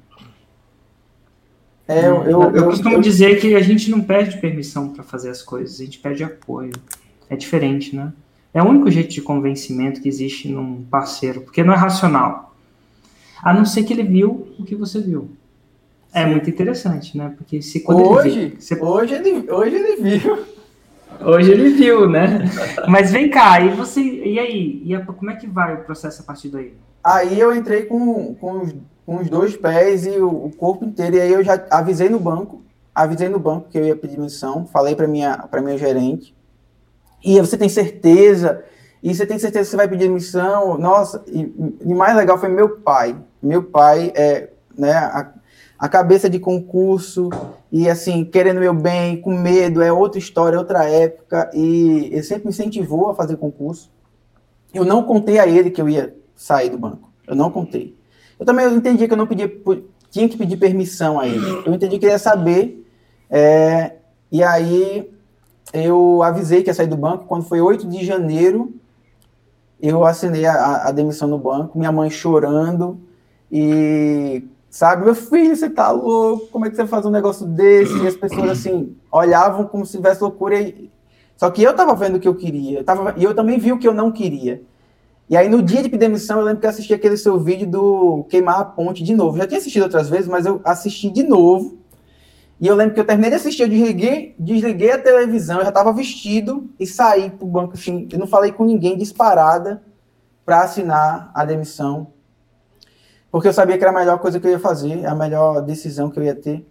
Eu costumo dizer que a gente não pede permissão para fazer as coisas, a gente pede apoio. É diferente, né? É o único jeito de convencimento que existe num parceiro, porque não é racional. A não ser que ele viu o que você viu. É muito interessante, né? Porque se quando hoje ele viu. Hoje ele viu, né? Mas vem cá, e aí? Como é que vai o processo a partir daí? Aí eu entrei com os 2 pés e o corpo inteiro, e aí eu já avisei no banco que eu ia pedir demissão, falei para minha gerente, e você tem certeza? E você tem certeza que você vai pedir demissão? Nossa, e mais legal foi meu pai. Meu pai é, né, a cabeça de concurso, e assim, querendo meu bem, com medo, é outra história, outra época, e ele sempre me incentivou a fazer concurso. Eu não contei a ele que eu ia sair do banco. Eu não contei. Eu também entendi que eu não tinha que pedir permissão a ele. Eu entendi que ele ia saber, e aí eu avisei que ia sair do banco. Quando foi 8 de janeiro, eu assinei a demissão no banco, minha mãe chorando, e, sabe, meu filho, você tá louco, como é que você faz um negócio desse? E as pessoas, assim, olhavam como se tivesse loucura, só que eu tava vendo o que eu queria, e eu também vi o que eu não queria. E aí, no dia de pedir demissão, eu lembro que eu assisti aquele seu vídeo do queimar a ponte de novo. Já tinha assistido outras vezes, mas eu assisti de novo. E eu lembro que eu terminei de assistir, eu desliguei a televisão, eu já estava vestido e saí pro banco, assim, eu não falei com ninguém, disparada, para assinar a demissão, porque eu sabia que era a melhor coisa que eu ia fazer, a melhor decisão que eu ia ter.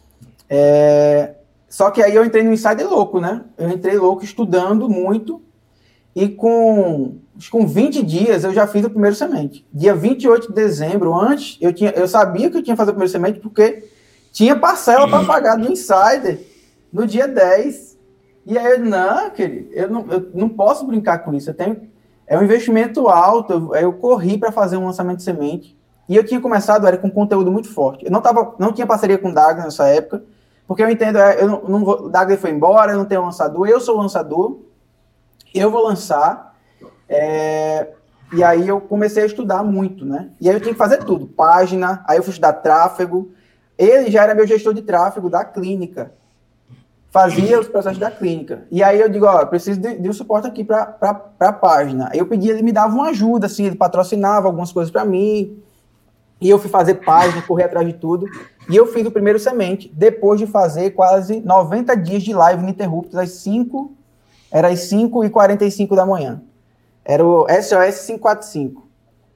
Só que aí eu entrei no insider louco, né? Eu entrei louco, estudando muito, e com 20 dias eu já fiz o primeiro semente. Dia 28 de dezembro, antes, eu sabia que eu tinha que fazer o primeiro semente, porque tinha parcela para pagar do Insider no dia 10. E aí não, querido, eu não posso brincar com isso. É um investimento alto. Eu corri para fazer um lançamento de semente. E eu tinha começado, era com conteúdo muito forte. Eu não tinha parceria com o Dagner nessa época, porque eu entendo, o Dagner foi embora, eu não tenho lançador, eu sou o lançador, eu vou lançar. E aí eu comecei a estudar muito, né? E aí eu tinha que fazer tudo, página, aí eu fui estudar tráfego. Ele já era meu gestor de tráfego da clínica. Fazia os processos da clínica. E aí eu digo, eu preciso de um suporte aqui para a página. Aí eu pedi, ele me dava uma ajuda, assim, ele patrocinava algumas coisas para mim. E eu fui fazer página, correr atrás de tudo. E eu fiz o primeiro semente, depois de fazer quase 90 dias de live ininterruptas, era às 5h45 da manhã. Era o SOS 545.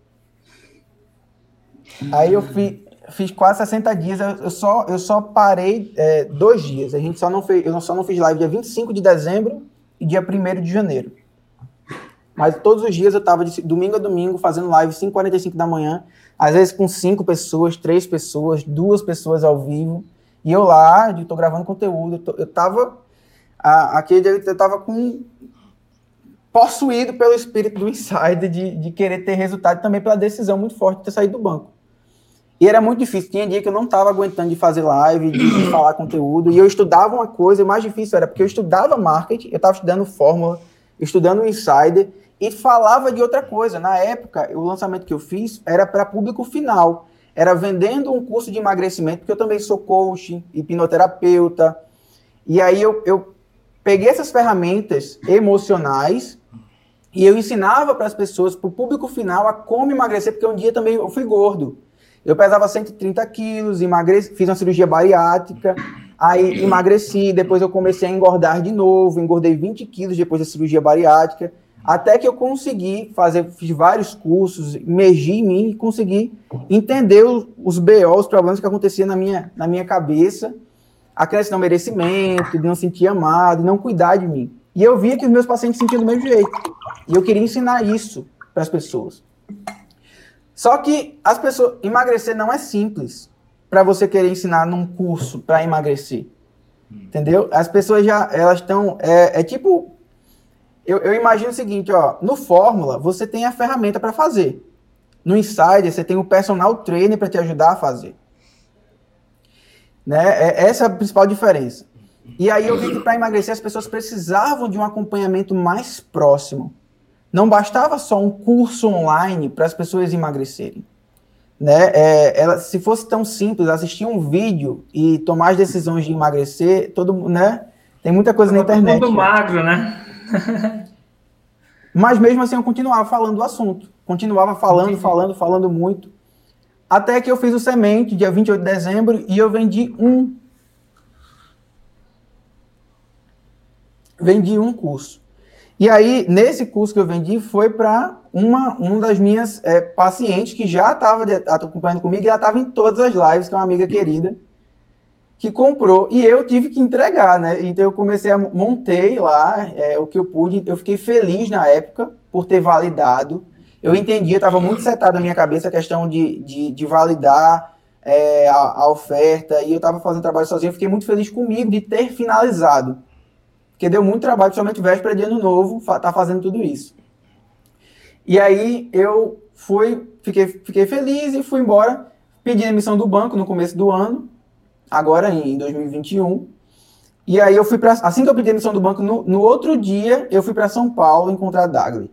Aí eu fiz quase 60 dias, eu só parei 2 dias. Eu só não fiz live dia 25 de dezembro e dia 1º de janeiro. Mas todos os dias eu estava de domingo a domingo fazendo live 5h45 da manhã, às vezes com 5 pessoas, 3 pessoas, 2 pessoas ao vivo. E eu lá, estou gravando conteúdo. Eu estava possuído pelo espírito do Insider de querer ter resultado, também pela decisão muito forte de ter saído do banco. E era muito difícil. Tinha dia que eu não estava aguentando de fazer live, de falar conteúdo. E eu estudava uma coisa, e o mais difícil era porque eu estudava marketing, eu estava estudando fórmula, estudando o Insider, e falava de outra coisa. Na época, o lançamento que eu fiz era para público final. Era vendendo um curso de emagrecimento, porque eu também sou coach, hipnoterapeuta. E aí eu peguei essas ferramentas emocionais e eu ensinava para as pessoas, para o público final, a como emagrecer, porque um dia também eu fui gordo. Eu pesava 130 quilos, fiz uma cirurgia bariátrica, aí emagreci, depois eu comecei a engordar de novo, engordei 20 quilos depois da cirurgia bariátrica, até que eu consegui fiz vários cursos, imergi em mim e consegui entender os BO, os problemas que aconteciam na minha cabeça, a crença de não merecimento, de não sentir amado, de não cuidar de mim. E eu via que os meus pacientes sentiam do mesmo jeito, e eu queria ensinar isso para as pessoas. Só que as pessoas... Emagrecer não é simples para você querer ensinar num curso para emagrecer. Entendeu? As pessoas já... Elas estão... tipo... Eu imagino o seguinte, ó. No Fórmula, você tem a ferramenta para fazer. No Insider, você tem o personal trainer para te ajudar a fazer. Né? Essa é a principal diferença. E aí eu vi que para emagrecer as pessoas precisavam de um acompanhamento mais próximo. Não bastava só um curso online para as pessoas emagrecerem. Né? Se fosse tão simples, assistir um vídeo e tomar as decisões de emagrecer, né? Tem muita coisa na internet. Todo magro, né? Mas mesmo assim eu continuava falando do assunto. Continuava falando muito. Até que eu fiz o Semente, dia 28 de dezembro, e eu vendi um curso. E aí, nesse curso que eu vendi, foi para uma das minhas pacientes que já estava acompanhando comigo, e ela estava em todas as lives, que é uma amiga querida, que comprou, e eu tive que entregar, né? Então eu montei lá o que eu pude, eu fiquei feliz na época por ter validado. Eu entendi, estava muito setado na minha cabeça a questão de validar a oferta, e eu estava fazendo trabalho sozinho, eu fiquei muito feliz comigo de ter finalizado. Porque deu muito trabalho, principalmente véspera de ano novo, tá fazendo tudo isso. E aí eu fiquei feliz e fui embora, pedi a emissão do banco no começo do ano, agora em 2021. E aí eu fui assim que eu pedi a emissão do banco, no outro dia, eu fui para São Paulo encontrar a Dagley.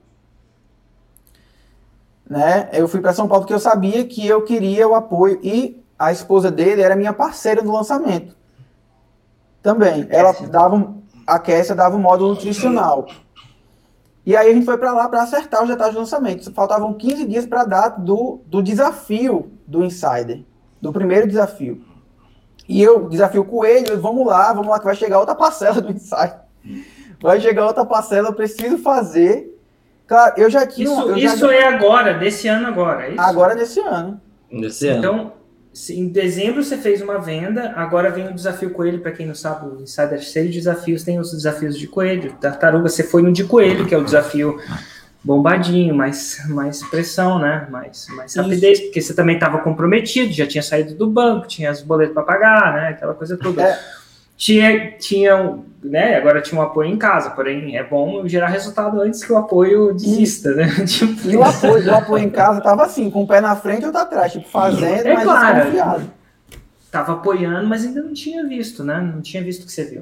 Né? Eu fui para São Paulo porque eu sabia que eu queria o apoio, e a esposa dele era minha parceira no lançamento. Também. A Kessia dava um módulo nutricional. E aí a gente foi para lá para acertar os detalhes do lançamento. Faltavam 15 dias para a data do desafio do Insider, do primeiro desafio. E eu desafio o Coelho, vamos lá que vai chegar outra parcela do Insider. Vai chegar outra parcela, eu preciso fazer. Claro, eu já tinha... Isso é agora, desse ano agora, é isso? Agora desse ano. Então, em dezembro você fez uma venda, agora vem o desafio coelho, para quem não sabe, o Insider 6 desafios, tem os desafios de coelho, tartaruga, você foi no de coelho, que é o desafio bombadinho, mais pressão, né, mais rapidez, porque você também estava comprometido, já tinha saído do banco, tinha os boletos para pagar, né, aquela coisa toda. Tinha, né, agora tinha um apoio em casa, porém é bom gerar resultado antes que o apoio desista, né? Tipo... E o apoio em casa tava assim, com o pé na frente ou tá atrás, tipo, fazendo, mas claro, desconfiado. Tava apoiando, mas ainda não tinha visto, né? Não tinha visto o que você viu.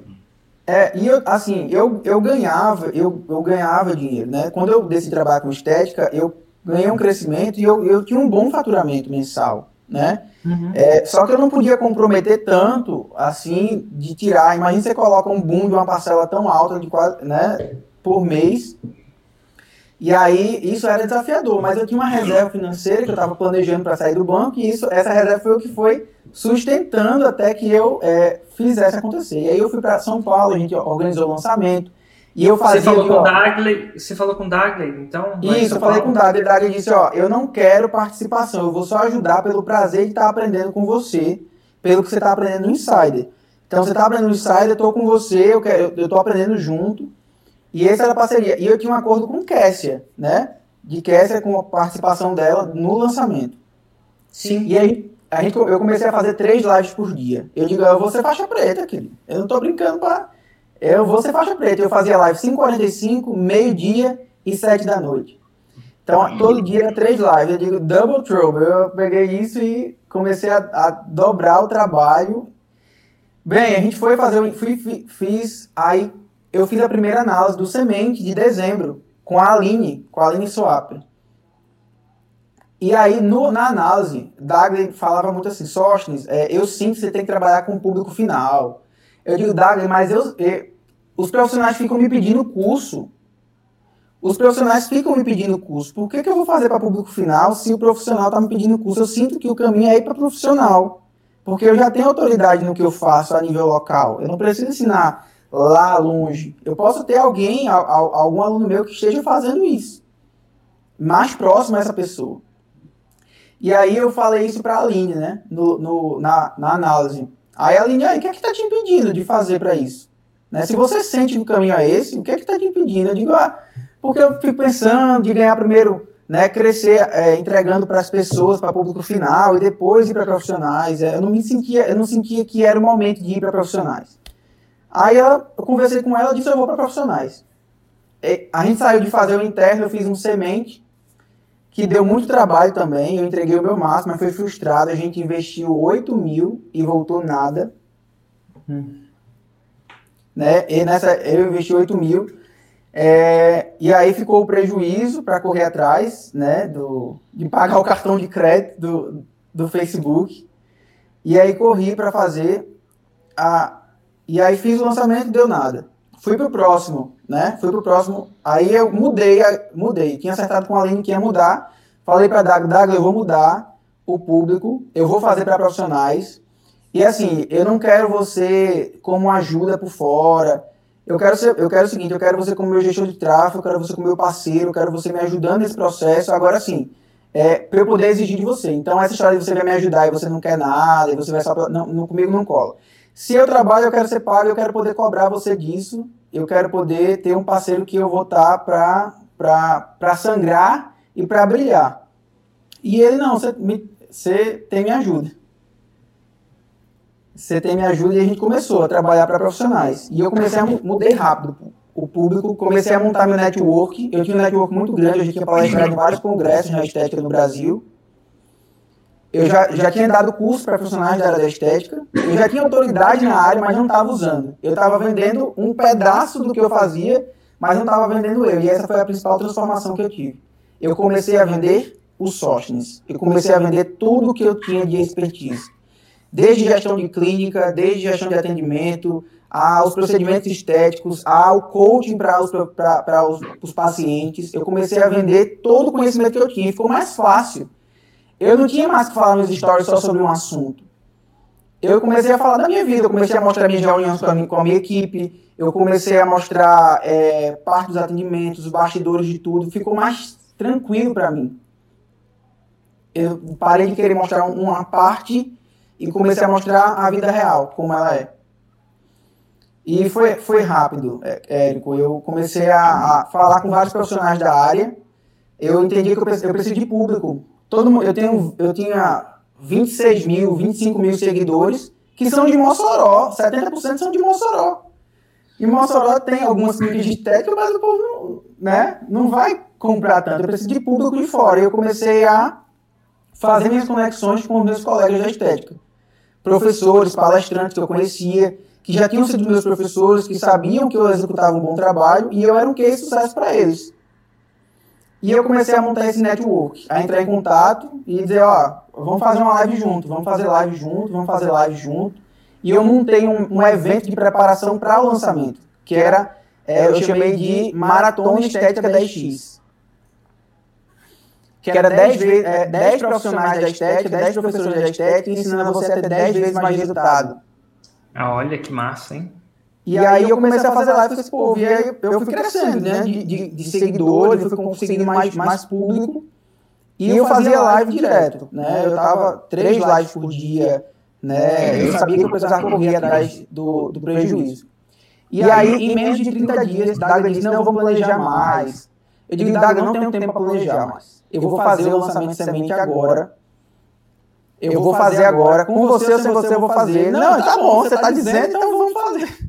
Eu ganhava dinheiro, né? Quando eu decidi trabalhar com estética, eu ganhei um crescimento e eu tinha um bom faturamento mensal, né? Uhum. Só que eu não podia comprometer tanto, assim, de tirar. Imagina você coloca um boom de uma parcela tão alta, de quase, né, por mês. E aí, isso era desafiador. Mas eu tinha uma reserva financeira que eu estava planejando para sair do banco, e essa reserva foi o que foi sustentando até que eu fizesse acontecer. E aí eu fui para São Paulo, a gente organizou o lançamento. E eu fazia, você falou com o Dagley, então? Isso, eu falei com o Dagley. O Dagley disse, eu não quero participação, eu vou só ajudar pelo prazer de estar aprendendo com você, pelo que você está aprendendo no Insider. Então, você está aprendendo no Insider, eu estou com você, eu estou aprendendo junto. E essa era a parceria. E eu tinha um acordo com Kessia, né? De Kessia com a participação dela no lançamento. Sim. E aí, eu comecei a fazer 3 lives por dia. Eu digo, eu vou ser faixa preta, querido. Eu não estou brincando eu vou ser faixa preta. Eu fazia live 5h45, meio-dia e 7 da noite. Então, todo dia era 3 lives. Eu digo, double trouble. Eu peguei isso e comecei a dobrar o trabalho. Bem, a gente foi fazer... Aí, eu fiz a primeira análise do Semente de dezembro com a Aline Swap. E aí, na análise, Dagley falava muito assim, Sóstenes, eu sinto que você tem que trabalhar com o público final. Eu digo, Dagley, mas os profissionais ficam me pedindo curso. Por que eu vou fazer para público final se o profissional está me pedindo curso? Eu sinto que o caminho é ir para profissional. Porque eu já tenho autoridade no que eu faço a nível local. Eu não preciso ensinar lá longe. Eu posso ter algum aluno meu que esteja fazendo isso. Mais próximo a essa pessoa. E aí eu falei isso para a Aline, né? Na análise. Aí a Aline, o que é que está te impedindo de fazer para isso? Né? Se você sente que o caminho é esse, o que é que está te impedindo? Eu digo, porque eu fico pensando de ganhar primeiro né, crescer entregando para as pessoas, para o público final, e depois ir para profissionais. Eu não sentia que era o momento de ir para profissionais. Aí eu conversei com ela e disse, eu vou para profissionais. A gente saiu de fazer o interno, eu fiz um semente, que deu muito trabalho também, eu entreguei o meu máximo, mas foi frustrado, a gente investiu 8 mil e voltou nada. Né? Eu investi 8 mil, e aí ficou o prejuízo para correr atrás, né, de pagar o cartão de crédito do Facebook, e aí corri para fazer, e aí fiz o lançamento, deu nada. Fui pro próximo, aí eu mudei, tinha acertado com a Aline que ia mudar, falei para Daga, eu vou mudar o público, eu vou fazer para profissionais, e assim, eu não quero você como ajuda por fora, eu quero o seguinte, eu quero você como meu gestor de tráfego, eu quero você como meu parceiro, eu quero você me ajudando nesse processo, agora sim, para eu poder exigir de você. Então essa história de você vai me ajudar e você não quer nada, e você vai só... Não, comigo não cola. Se eu trabalho, eu quero ser pago, eu quero poder cobrar você disso, eu quero poder ter um parceiro que eu vou estar para sangrar e para brilhar. E ele, não, você tem minha ajuda. Você tem minha ajuda, e a gente começou a trabalhar para profissionais. E eu mudei rápido o público, comecei a montar meu network. Eu tinha um network muito grande, a gente tinha palestrado em vários congressos na estética no Brasil. Eu já tinha dado curso para profissionais da área da estética, eu já tinha autoridade na área, mas não estava usando. Eu estava vendendo um pedaço do que eu fazia, mas não estava vendendo eu. E essa foi a principal transformação que eu tive. Eu comecei a vender os softwares. Eu comecei a vender tudo que eu tinha de expertise. Desde gestão de clínica, desde gestão de atendimento, aos procedimentos estéticos, ao coaching para os pacientes. Eu comecei a vender todo o conhecimento que eu tinha. Ficou mais fácil. Eu não tinha mais que falar nos stories só sobre um assunto. Eu comecei a falar da minha vida, eu comecei a mostrar minhas reuniões com a minha equipe, eu comecei a mostrar parte dos atendimentos, os bastidores de tudo, ficou mais tranquilo para mim. Eu parei de querer mostrar uma parte e comecei a mostrar a vida real, como ela é. E foi rápido, Érico. Eu comecei a falar com vários profissionais da área, eu entendi que eu preciso de público. Eu tinha 26 mil, 25 mil seguidores que são de Mossoró, 70% são de Mossoró. E Mossoró tem algumas clínicas de estética, mas o povo não vai comprar tanto. Eu preciso de público de fora. E eu comecei a fazer minhas conexões com os meus colegas da estética. Professores, palestrantes que eu conhecia, que já tinham sido meus professores, que sabiam que eu executava um bom trabalho, e eu era um case de sucesso para eles. E eu comecei a montar esse network, a entrar em contato e dizer, vamos fazer uma live junto, vamos fazer live junto. E eu montei um evento de preparação para o lançamento, que era, eu chamei de Maratona Estética 10X. Que era 10 profissionais da estética, 10 professores da estética, ensinando você a ter 10 vezes mais resultado. Olha que massa, hein? E aí eu comecei a fazer live com esse povo, e aí eu fui crescendo, né, de seguidores, eu fui conseguindo mais público, e eu fazia live direto, né, eu tava 3 lives por dia, né, eu sabia que eu precisava correr atrás do prejuízo. E aí, em menos de 30 dias, Daga disse, não, vamos planejar mais. Eu digo, Daga, não tenho tempo para planejar mais. Eu vou fazer o lançamento de semente agora. Eu vou fazer agora, com você ou sem você eu vou fazer. Não, tá bom, você tá dizendo, então vamos fazer.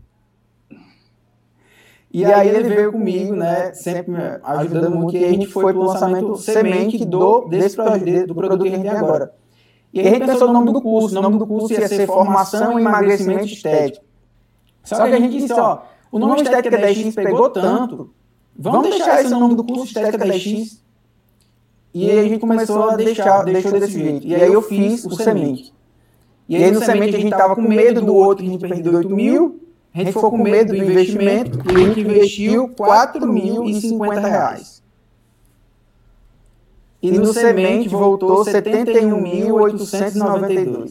E aí ele veio comigo, né, sempre me ajudando muito, e a gente foi pro lançamento semente do produto que a gente tem agora. E a gente pensou no nome do curso. O nome do curso ia ser Formação em Emagrecimento Estético. Só que a gente disse, o nome Estética 10X pegou tanto, vamos deixar esse nome do curso Estética 10X. E aí a gente começou a deixou desse jeito. E aí eu fiz o semente. E aí no semente a gente tava com medo do outro, que a gente perdeu 8 mil, a gente ficou com medo do investimento, e a gente investiu R$4.050. E no semente voltou 71.892.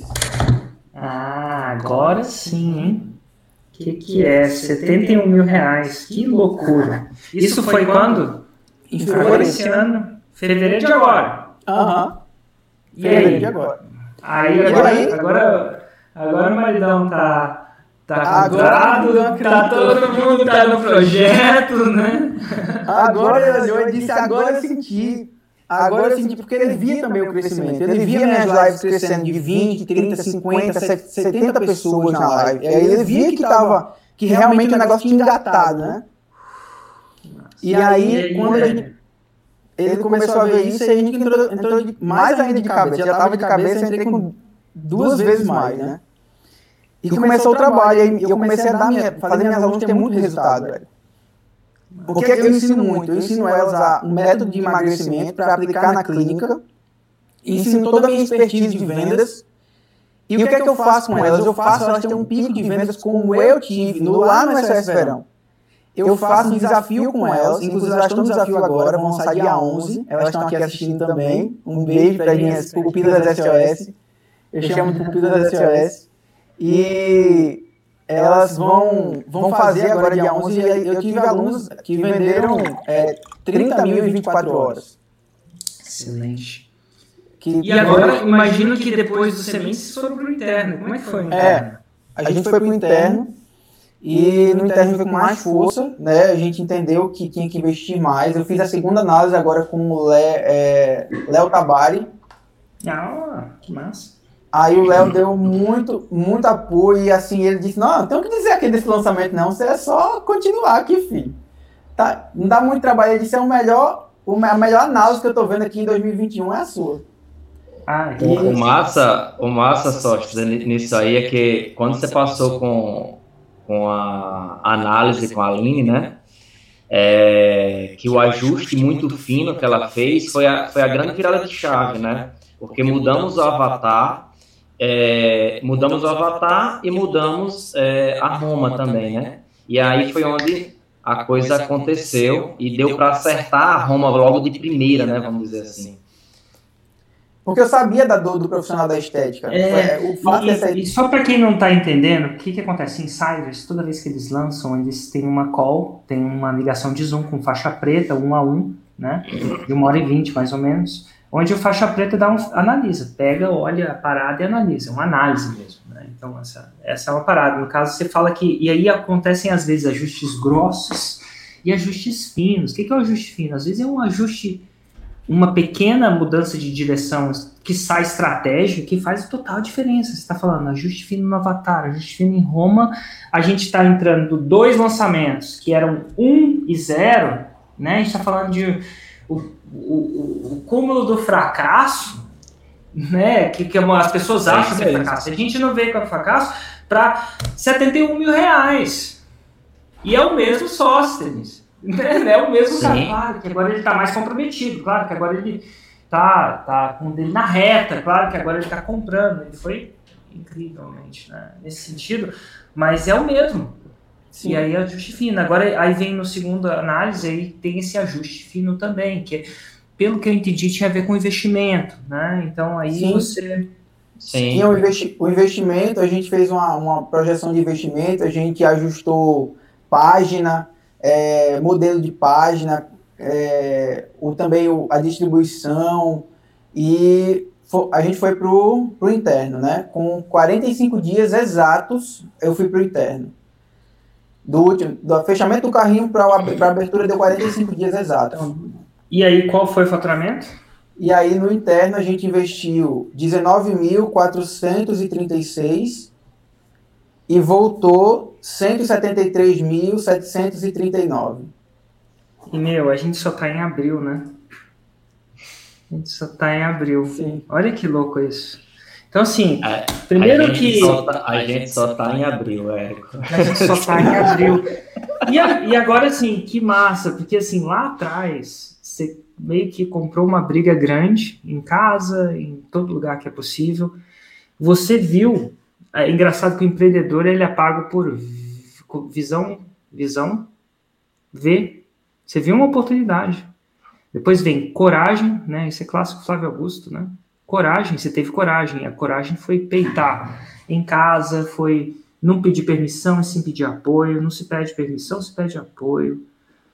Agora sim, hein? O que é? 71 mil reais. Que loucura. Isso foi quando? Em fevereiro. Esse ano. Fevereiro de agora. Aham. Fevereiro de agora. Agora o maridão tá casado, tá todo mundo tá no projeto, né? Agora ele olhou e disse, agora eu senti. Agora eu senti porque ele via também o crescimento. Ele via minhas lives crescendo de 20, 30, 50, 70 pessoas na live. Aí ele via que realmente o negócio tinha engatado, né? E aí, quando ele começou a ver isso, aí a gente entrou mais ainda de cabeça. Já estava de cabeça, eu entrei com 2 vezes mais, né? E começou o trabalho. Aí eu comecei a fazer minhas alunas ter muito resultado, velho. Porque eu ensino muito. Eu ensino elas um método de emagrecimento para aplicar na clínica. Ensino toda a minha expertise de vendas. E o que é que eu faço com elas? Eu faço elas terem um pico de vendas como eu tive lá no SOS Verão. Eu faço um desafio com elas, inclusive elas estão no desafio agora, vão sair dia 11, elas estão aqui assistindo também. Um beijo para as minhas pupilas das SOS. Eu chamo de pupilas das SOS. E elas vão fazer agora dia 11, e eu tive alunos que venderam 30 mil em 24 horas. Excelente. E agora, imagino que depois do semestre foram para o interno. Como é que foi o interno? A gente foi para o interno. E no interno foi com mais força, né? A gente entendeu que tinha que investir mais. Eu fiz a segunda análise agora com o Léo Tabari. Ah, que massa. Aí o Léo deu muito apoio e assim, ele disse, não tenho que dizer aqui desse lançamento não, você é só continuar aqui, filho. Tá, não dá muito trabalho, ele disse, a melhor análise que eu tô vendo aqui em 2021 é a sua. O massa, Sócio, nisso aí é que quando você passou com a análise com a Aline, né? Que o ajuste muito fino que ela fez foi a grande virada de chave, né? Porque mudamos o avatar e mudamos a Roma também, né? E aí foi onde a coisa aconteceu e deu para acertar a Roma logo de primeira, né? Vamos dizer assim. Porque eu sabia da dor do profissional da estética. E só para quem não está entendendo, o que acontece? Insiders, toda vez que eles lançam, eles têm uma call, tem uma ligação de Zoom com faixa preta, 1 a 1, né? De 1h20, mais ou menos, onde o faixa preta analisa, pega, olha a parada e analisa, uma análise mesmo, né? Então, essa é uma parada. No caso, você fala que... E aí acontecem, às vezes, ajustes grossos e ajustes finos. O que é o ajuste fino? Às vezes é um ajuste... uma pequena mudança de direção que sai estratégica, que faz total diferença. Você está falando ajuste fino no Avatar, ajuste fino em Roma, a gente está entrando 2 lançamentos, que eram 1 e 0, né? A gente está falando de o cúmulo do fracasso, né? Que as pessoas acham que é fracasso. A gente não vê como fracasso para R$71 mil. E é o mesmo Sóstenes. É o mesmo cara, claro que agora ele está mais comprometido, claro que agora ele está com o dele na reta, claro que agora ele está comprando, ele foi incrivelmente, né, nesse sentido, mas é o mesmo. Sim. E aí é ajuste fino. Agora aí vem no segundo análise, aí tem esse ajuste fino também, que pelo que eu entendi tinha a ver com investimento, né? Então aí Sim. você... Sim, o investimento, a gente fez uma projeção de investimento, a gente ajustou página, modelo de página, também a distribuição, e a gente foi pro interno, né? Com 45 dias exatos, eu fui pro interno. Do fechamento do carrinho para a abertura deu 45 dias exatos. E aí, qual foi o faturamento? E aí, no interno, a gente investiu 19.436 e voltou 173.739. E, a gente só tá em abril, né? A gente só tá em abril. Sim. Olha que louco isso. Então, assim, primeiro a gente só tá em abril, Érico. A gente só tá em abril. E agora, assim, que massa, porque, assim, lá atrás, você meio que comprou uma briga grande em casa, em todo lugar que é possível. Você viu... É engraçado que o empreendedor, ele é pago por visão, ver. Você viu uma oportunidade. Depois vem coragem, né? Isso é clássico Flávio Augusto, né? Coragem, você teve coragem. A coragem foi peitar em casa, foi não pedir permissão e sim pedir apoio. Não se pede permissão, se pede apoio.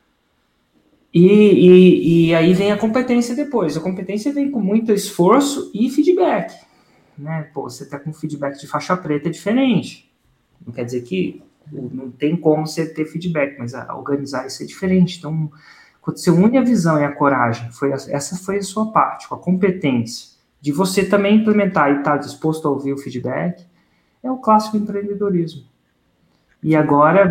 E aí vem a competência depois. A competência vem com muito esforço e feedback. Né? Pô, você tá com feedback de faixa preta é diferente. Não quer dizer que não tem como você ter feedback, mas organizar isso é diferente. Então, Quando você une a visão e a coragem, essa foi a sua parte, com a competência de você também implementar e estar disposto a ouvir o feedback, é o clássico empreendedorismo. E agora,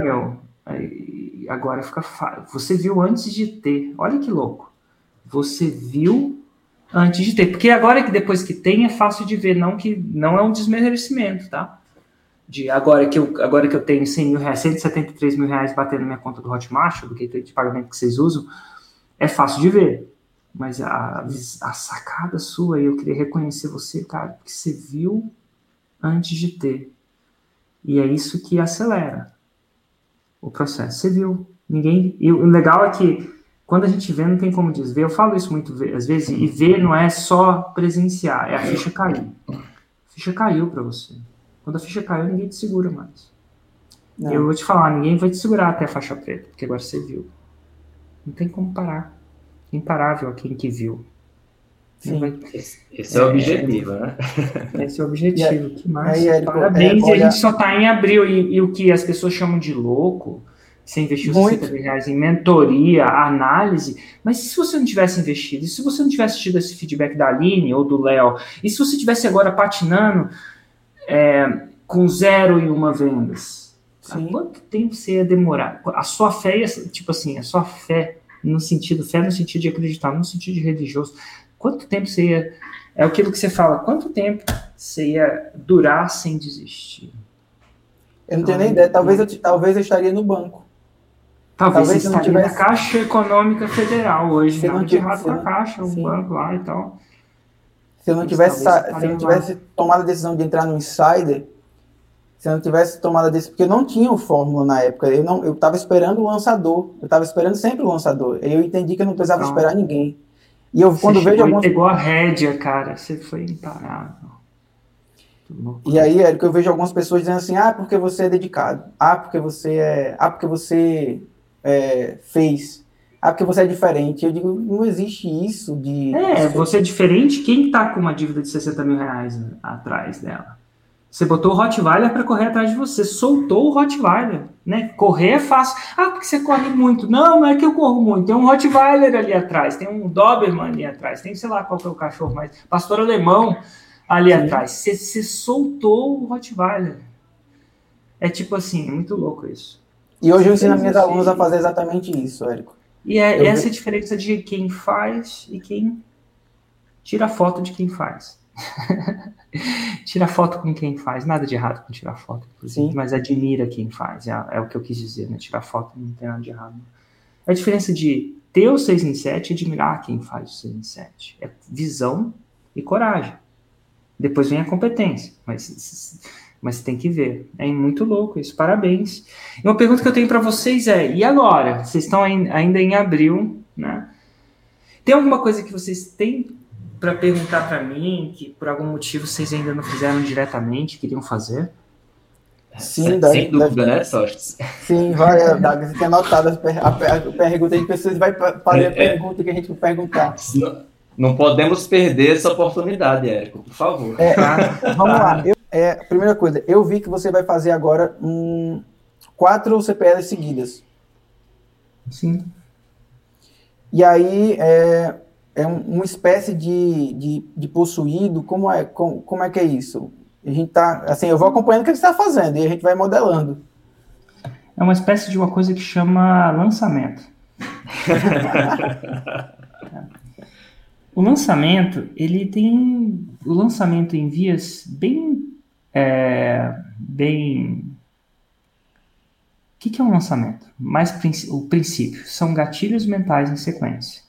agora fica fácil. Você viu antes de ter. Olha que louco. Você viu antes de ter. Porque agora que depois que tem é fácil de ver, não é um desmerecimento, tá? Agora que eu tenho 100 mil reais, 173 mil reais batendo na minha conta do Hotmart, do gateway de pagamento que vocês usam, é fácil de ver. Mas a sacada sua, eu queria reconhecer você, cara, porque você viu antes de ter. E é isso que acelera o processo. Você viu. E o legal é que quando a gente vê, não tem como desver. Eu falo isso muito às vezes, e ver não é só presenciar, é a ficha cair. A ficha caiu para você. Quando a ficha caiu, ninguém te segura mais. Não. Eu vou te falar, ninguém vai te segurar até a faixa preta, porque agora você viu. Não tem como parar. Imparável aquele que viu. Esse é o objetivo, né? Esse é o objetivo. Que massa. Parabéns. E a gente só está em abril. E o que as pessoas chamam de louco, você investiu 60 mil reais em mentoria, análise, mas e se você não tivesse investido? E se você não tivesse tido esse feedback da Aline ou do Léo? E se você tivesse agora patinando com 0 e 1 vendas? Quanto tempo você ia demorar? A sua fé, tipo assim, a sua fé no sentido de acreditar, no sentido de religioso, quanto tempo você ia... É aquilo que você fala, quanto tempo você ia durar sem desistir? Eu não tenho nem ideia, talvez eu estaria no banco. Talvez você estaria na Caixa Econômica Federal hoje, nada de errado com a Caixa, um banco lá e tal. Se eu não tivesse tomado a decisão de entrar no Insider, se eu não tivesse tomado a decisão, porque eu não tinha o Fórmula na época, eu estava esperando o lançador, eu estava esperando sempre o lançador, eu entendi que eu não precisava esperar ninguém. E eu, quando vejo alguns... pegou a rédea, cara, você foi imparável. E aí, Érico, eu vejo algumas pessoas dizendo assim, porque você é dedicado, porque você fez, porque você é diferente. Eu digo, não existe isso de... você é diferente, quem está com uma dívida de 60 mil reais atrás dela? Você botou o Rottweiler para correr atrás de você, soltou o Rottweiler, né? Correr é fácil. Porque você corre muito. Não é que eu corro muito. Tem um Rottweiler ali atrás, tem um Doberman ali atrás, tem sei lá qual que é o cachorro, mas pastor alemão ali atrás. Você soltou o Rottweiler. É tipo assim, é muito louco isso. E hoje eu ensino minhas alunas a fazer exatamente isso, Érico. E essa é a diferença de quem faz e quem tira foto de quem faz. Tira foto com quem faz, nada de errado com tirar foto, inclusive, mas admira quem faz, é o que eu quis dizer, né? Tirar foto não tem nada de errado. A diferença de ter o 6 em 7 e admirar quem faz o 6 em 7 é visão e coragem. Depois vem a competência, mas tem que ver. É muito louco isso, parabéns. E uma pergunta que eu tenho para vocês e agora? Vocês estão ainda em abril, né? Tem alguma coisa que vocês têm para perguntar para mim, que por algum motivo vocês ainda não fizeram diretamente, queriam fazer? Sim, sem dúvida, né, Sócrates? Sim, vai, você tem anotado a pergunta, a gente precisa vai fazer a pergunta que a gente vai perguntar. Não podemos perder essa oportunidade, Érico, por favor. Vamos lá. Primeira coisa, eu vi que você vai fazer agora 4 CPLs seguidas. Sim. E aí, uma espécie de possuído, como é que é isso? A gente tá, assim, eu vou acompanhando o que você está fazendo e a gente vai modelando. É uma espécie de uma coisa que chama lançamento. O lançamento, ele tem o lançamento em vias bem... O que é um lançamento? O princípio, são gatilhos mentais em sequência.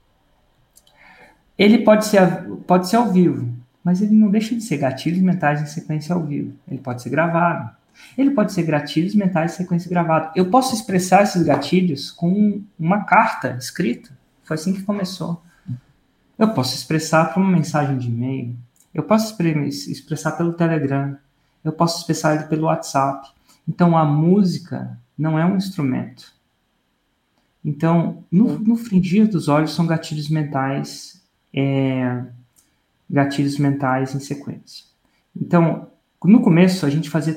Ele pode ser ao vivo, mas ele não deixa de ser gatilhos mentais em sequência ao vivo. Ele pode ser gravado. Ele pode ser gatilhos mentais em sequência gravado. Eu posso expressar esses gatilhos com uma carta escrita. Foi assim que começou. Eu posso expressar por uma mensagem de e-mail. Eu posso expressar pelo Telegram. Eu posso expressar ele pelo WhatsApp. Então, a música não é um instrumento. Então, no fringir dos olhos são gatilhos mentais em sequência. Então, no começo, a gente fazia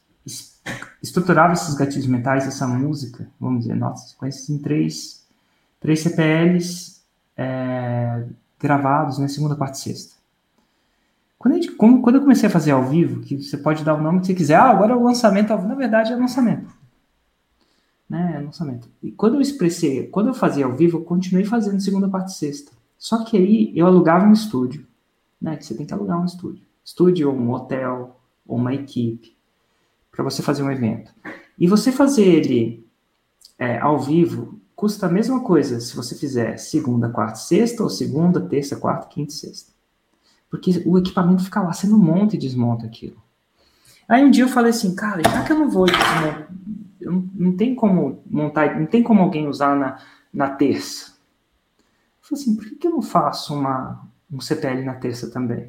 estruturava esses gatilhos mentais, essa música, vamos dizer, nossas sequências em 3 3 CPLs gravados, né? Segunda, quarta e sexta. Quando eu comecei a fazer ao vivo, que você pode dar o nome que você quiser, agora é o lançamento, na verdade é lançamento. Né? É lançamento. E quando eu fazia ao vivo, eu continuei fazendo segunda, quarta e sexta. Só que aí eu alugava um estúdio, né? Que você tem que alugar um estúdio. Estúdio ou um hotel, ou uma equipe, para você fazer um evento. E você fazer ele ao vivo custa a mesma coisa se você fizer segunda, quarta e sexta, ou segunda, terça, quarta, quinta e sexta. Porque o equipamento fica lá, você não monta e desmonta aquilo. Aí um dia eu falei assim, cara, já que eu não vou desmontar, não tem como montar, não tem como alguém usar na terça. Eu falei assim, por que eu não faço um CPL na terça também?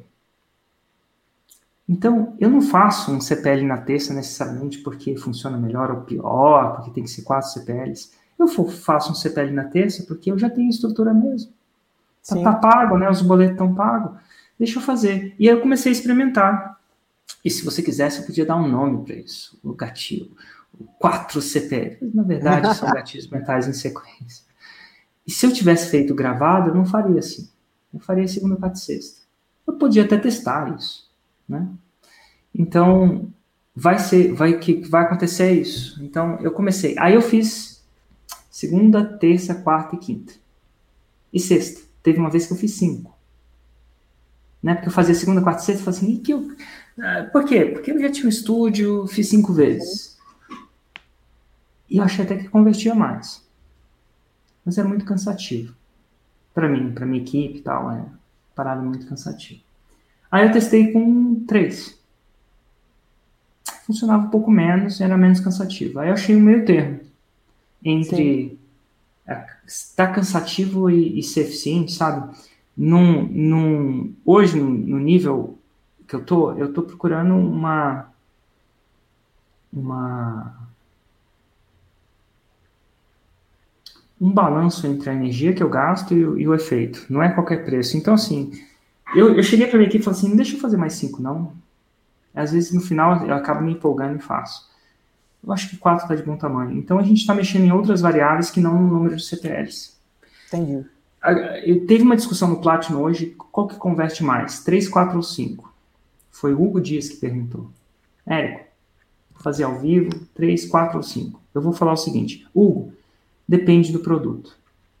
Então, eu não faço um CPL na terça necessariamente porque funciona melhor ou pior, porque tem que ser 4 CPLs. Eu faço um CPL na terça porque eu já tenho estrutura mesmo. Tá pago, né? Os boletos estão pagos. Deixa eu fazer. E aí eu comecei a experimentar. E se você quisesse, eu podia dar um nome para isso. O gatilho. 4 CPLs. Na verdade, são gatilhos mentais em sequência. E se eu tivesse feito gravado, eu não faria assim. Eu faria segunda, quarta e sexta. Eu podia até testar isso. Né? Então, vai acontecer isso. Então, eu comecei. Aí eu fiz segunda, terça, quarta e quinta. E sexta. Teve uma vez que eu fiz 5. Né? Porque eu fazia segunda, quarta e sexta, eu falei assim, por quê? Porque eu já tinha um estúdio, fiz 5 vezes. E eu achei até que convertia mais. Mas era muito cansativo. Para mim, para minha equipe e tal, parada muito cansativa. Aí eu testei com 3. Funcionava um pouco menos, era menos cansativo. Aí eu achei um meio termo entre estar cansativo e ser eficiente, sabe? Hoje, no nível que eu tô procurando um balanço entre a energia que eu gasto e o efeito. Não é qualquer preço. Então, assim, eu cheguei para minha equipe e falei assim, não deixa eu fazer mais 5, não. Às vezes, no final, eu acabo me empolgando e faço. Eu acho que 4 está de bom tamanho. Então, a gente está mexendo em outras variáveis que não no número de CPLs. Entendi. Teve uma discussão no Platinum hoje, qual que converte mais? 3, 4 ou 5? Foi o Hugo Dias que perguntou. Érico, vou fazer ao vivo, 3, 4 ou 5? Eu vou falar o seguinte, Hugo, depende do produto.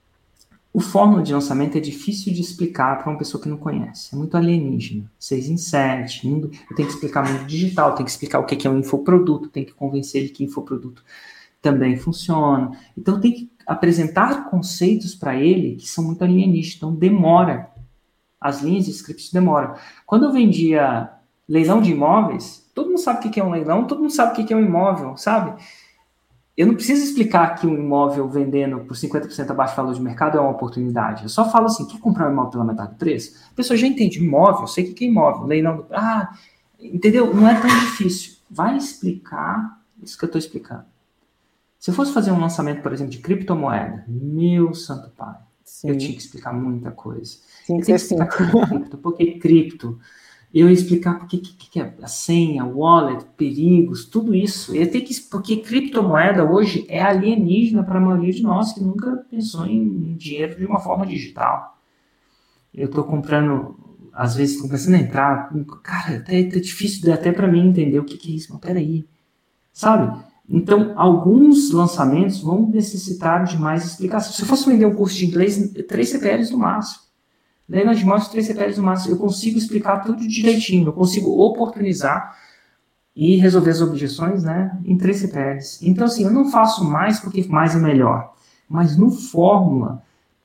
O fórmula de lançamento é difícil de explicar para uma pessoa que não conhece. É muito alienígena. 6 em 7. Eu tenho que explicar mundo digital, tenho que explicar o que é um infoproduto, tenho que convencer ele que infoproduto também funciona. Então, tem que apresentar conceitos para ele que são muito alienígenas. Então, demora. As linhas de scripts demoram. Quando eu vendia leilão de imóveis, todo mundo sabe o que é um leilão, todo mundo sabe o que é um imóvel, sabe? Eu não preciso explicar que um imóvel vendendo por 50% abaixo do valor de mercado é uma oportunidade. Eu só falo assim, quer comprar um imóvel pela metade do preço? A pessoa já entende imóvel, sei o que é imóvel, leilão. Entendeu? Não é tão difícil. Vai explicar isso que eu estou explicando. Se eu fosse fazer um lançamento, por exemplo, de criptomoeda, meu santo pai, eu tinha que explicar muita coisa. Tinha que ser cripto, porque cripto... Eu ia explicar porque que é a senha, o wallet, perigos, tudo isso. Porque criptomoeda hoje é alienígena para a maioria de nós que nunca pensou em dinheiro de uma forma digital. Eu estou comprando, às vezes, começando a entrar, cara, tá difícil até para mim entender o que é isso, mas peraí, sabe? Então, alguns lançamentos vão necessitar de mais explicação. Se eu fosse vender um curso de inglês, 3 CPLs no máximo. Daí nós mostro 3 CPLs no máximo. Eu consigo explicar tudo direitinho. Eu consigo oportunizar e resolver as objeções, né, em 3 CPLs. Então, assim, eu não faço mais porque mais é melhor. Mas no Fórmula,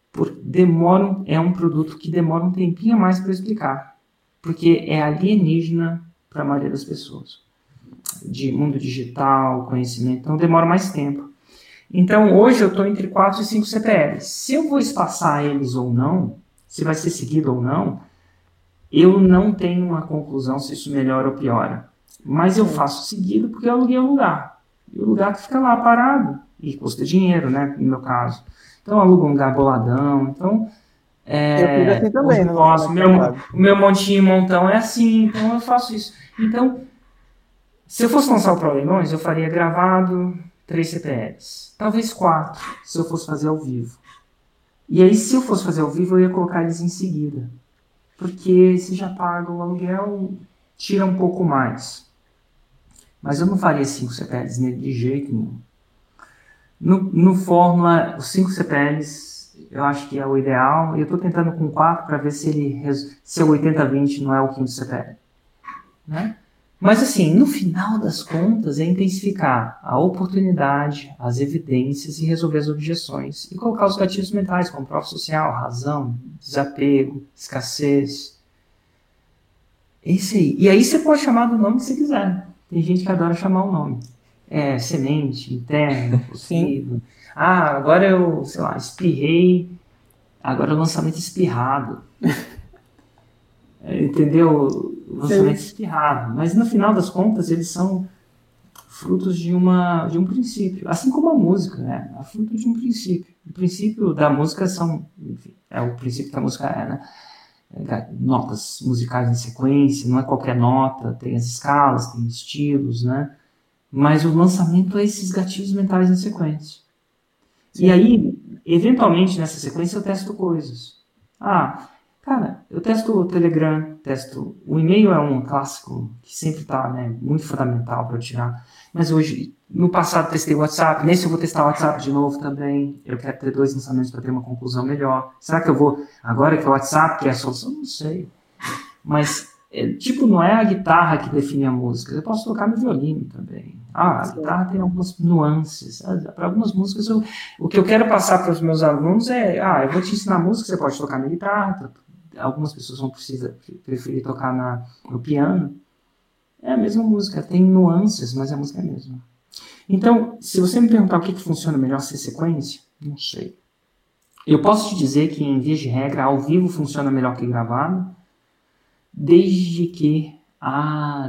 é um produto que demora um tempinho a mais para explicar. Porque é alienígena para a maioria das pessoas. De mundo digital, conhecimento. Então, demora mais tempo. Então, hoje eu estou entre 4 e 5 CPLs. Se eu vou espaçar eles ou não, se vai ser seguido ou não, eu não tenho uma conclusão se isso melhora ou piora. Mas eu faço seguido porque eu aluguei o lugar. E o lugar que fica lá parado. E custa dinheiro, né? No meu caso. Então, eu alugo um lugar boladão. Então, eu fiz assim também. O meu montinho montão é assim. Então, eu faço isso. Então, se eu fosse lançar o Pro Leilões, eu faria gravado 3 CPLs. Talvez 4, se eu fosse fazer ao vivo. E aí, se eu fosse fazer ao vivo, eu ia colocar eles em seguida. Porque se já paga o aluguel, tira um pouco mais. Mas eu não faria 5 CPLs nele de jeito nenhum. No Fórmula, os 5 CPLs eu acho que é o ideal. Eu estou tentando com 4 para ver se o 80-20 não é o 5º CPL. Né? Mas assim, no final das contas, é intensificar a oportunidade, as evidências e resolver as objeções. E colocar os gatilhos mentais, como prova social, razão, desapego, escassez. Esse aí. E aí você pode chamar do nome que você quiser. Tem gente que adora chamar o nome. Semente, interno, possível. Agora eu, sei lá, espirrei. Agora o lançamento espirrado. Entendeu? O lançamento espirrado. Mas no final das contas, eles são frutos de um princípio. Assim como a música, né? É fruto de um princípio. O princípio da música enfim, é o princípio que a música né? Notas musicais em sequência, não é qualquer nota, tem as escalas, tem estilos, né? Mas o lançamento é esses gatilhos mentais em sequência. Sim. E aí, eventualmente, nessa sequência, eu testo coisas. Cara, eu testo o Telegram, testo... O e-mail é um clássico que sempre está, né, muito fundamental para eu tirar. Mas hoje, no passado, testei o WhatsApp. Nesse eu vou testar o WhatsApp de novo também. Eu quero ter 2 lançamentos para ter uma conclusão melhor. Será que eu vou... Agora que o WhatsApp que é a solução? Não sei. Mas, não é a guitarra que define a música. Eu posso tocar no violino também. A guitarra tem algumas nuances. Para algumas músicas, o que eu quero passar para os meus alunos eu vou te ensinar música, você pode tocar na guitarra. Algumas pessoas vão preferir tocar no piano. É a mesma música, tem nuances, mas a música é a mesma. Então, se você me perguntar o que funciona melhor sem sequência, não sei. Eu posso te dizer que, em via de regra, ao vivo funciona melhor que gravado, desde que a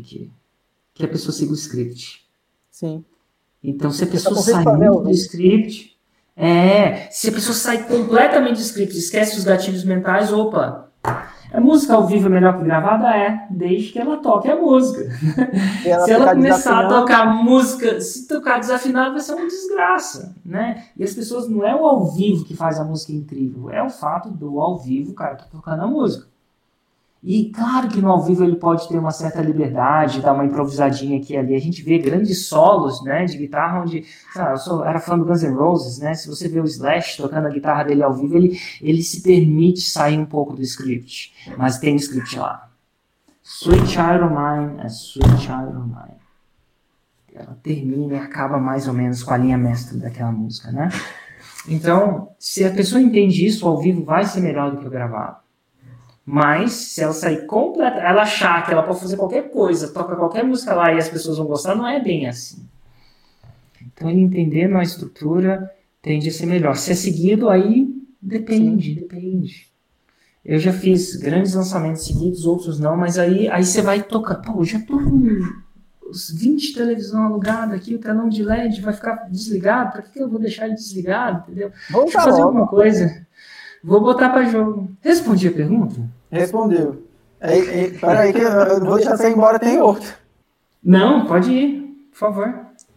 pessoa siga o script. Sim. Então, se a pessoa sai muito do script... se a pessoa sai completamente do script, esquece os gatilhos mentais, a música ao vivo é melhor que gravada? Desde que ela toque a música. Se ela começar a tocar música, se tocar desafinado, vai ser uma desgraça, né? E as pessoas, não é o ao vivo que faz a música incrível, é o fato do ao vivo, o cara tá tocando a música. E claro que no ao vivo ele pode ter uma certa liberdade, dar uma improvisadinha aqui e ali. A gente vê grandes solos, né, de guitarra onde... eu era fã do Guns N' Roses, né? Se você vê o Slash tocando a guitarra dele ao vivo, ele se permite sair um pouco do script. Mas tem um script lá. Sweet Child of Mine é Sweet Child of Mine. Ela termina e acaba mais ou menos com a linha mestra daquela música, né? Então, se a pessoa entende isso, ao vivo vai ser melhor do que o gravado. Mas, se ela sair completa, ela achar que ela pode fazer qualquer coisa, toca qualquer música lá e as pessoas vão gostar, não é bem assim. Então, ele entendendo a estrutura tende a ser melhor. Se é seguido, aí depende. Eu já fiz grandes lançamentos seguidos, outros não, mas aí você vai tocar. Eu já tô com os 20 televisão alugada aqui, o telão de LED vai ficar desligado, para que eu vou deixar ele desligado, entendeu? Deixa eu fazer alguma coisa. Vou botar para jogo. Respondi a pergunta? Respondeu. Peraí que eu vou deixar você ir embora, tem outro. Não, pode ir, por favor.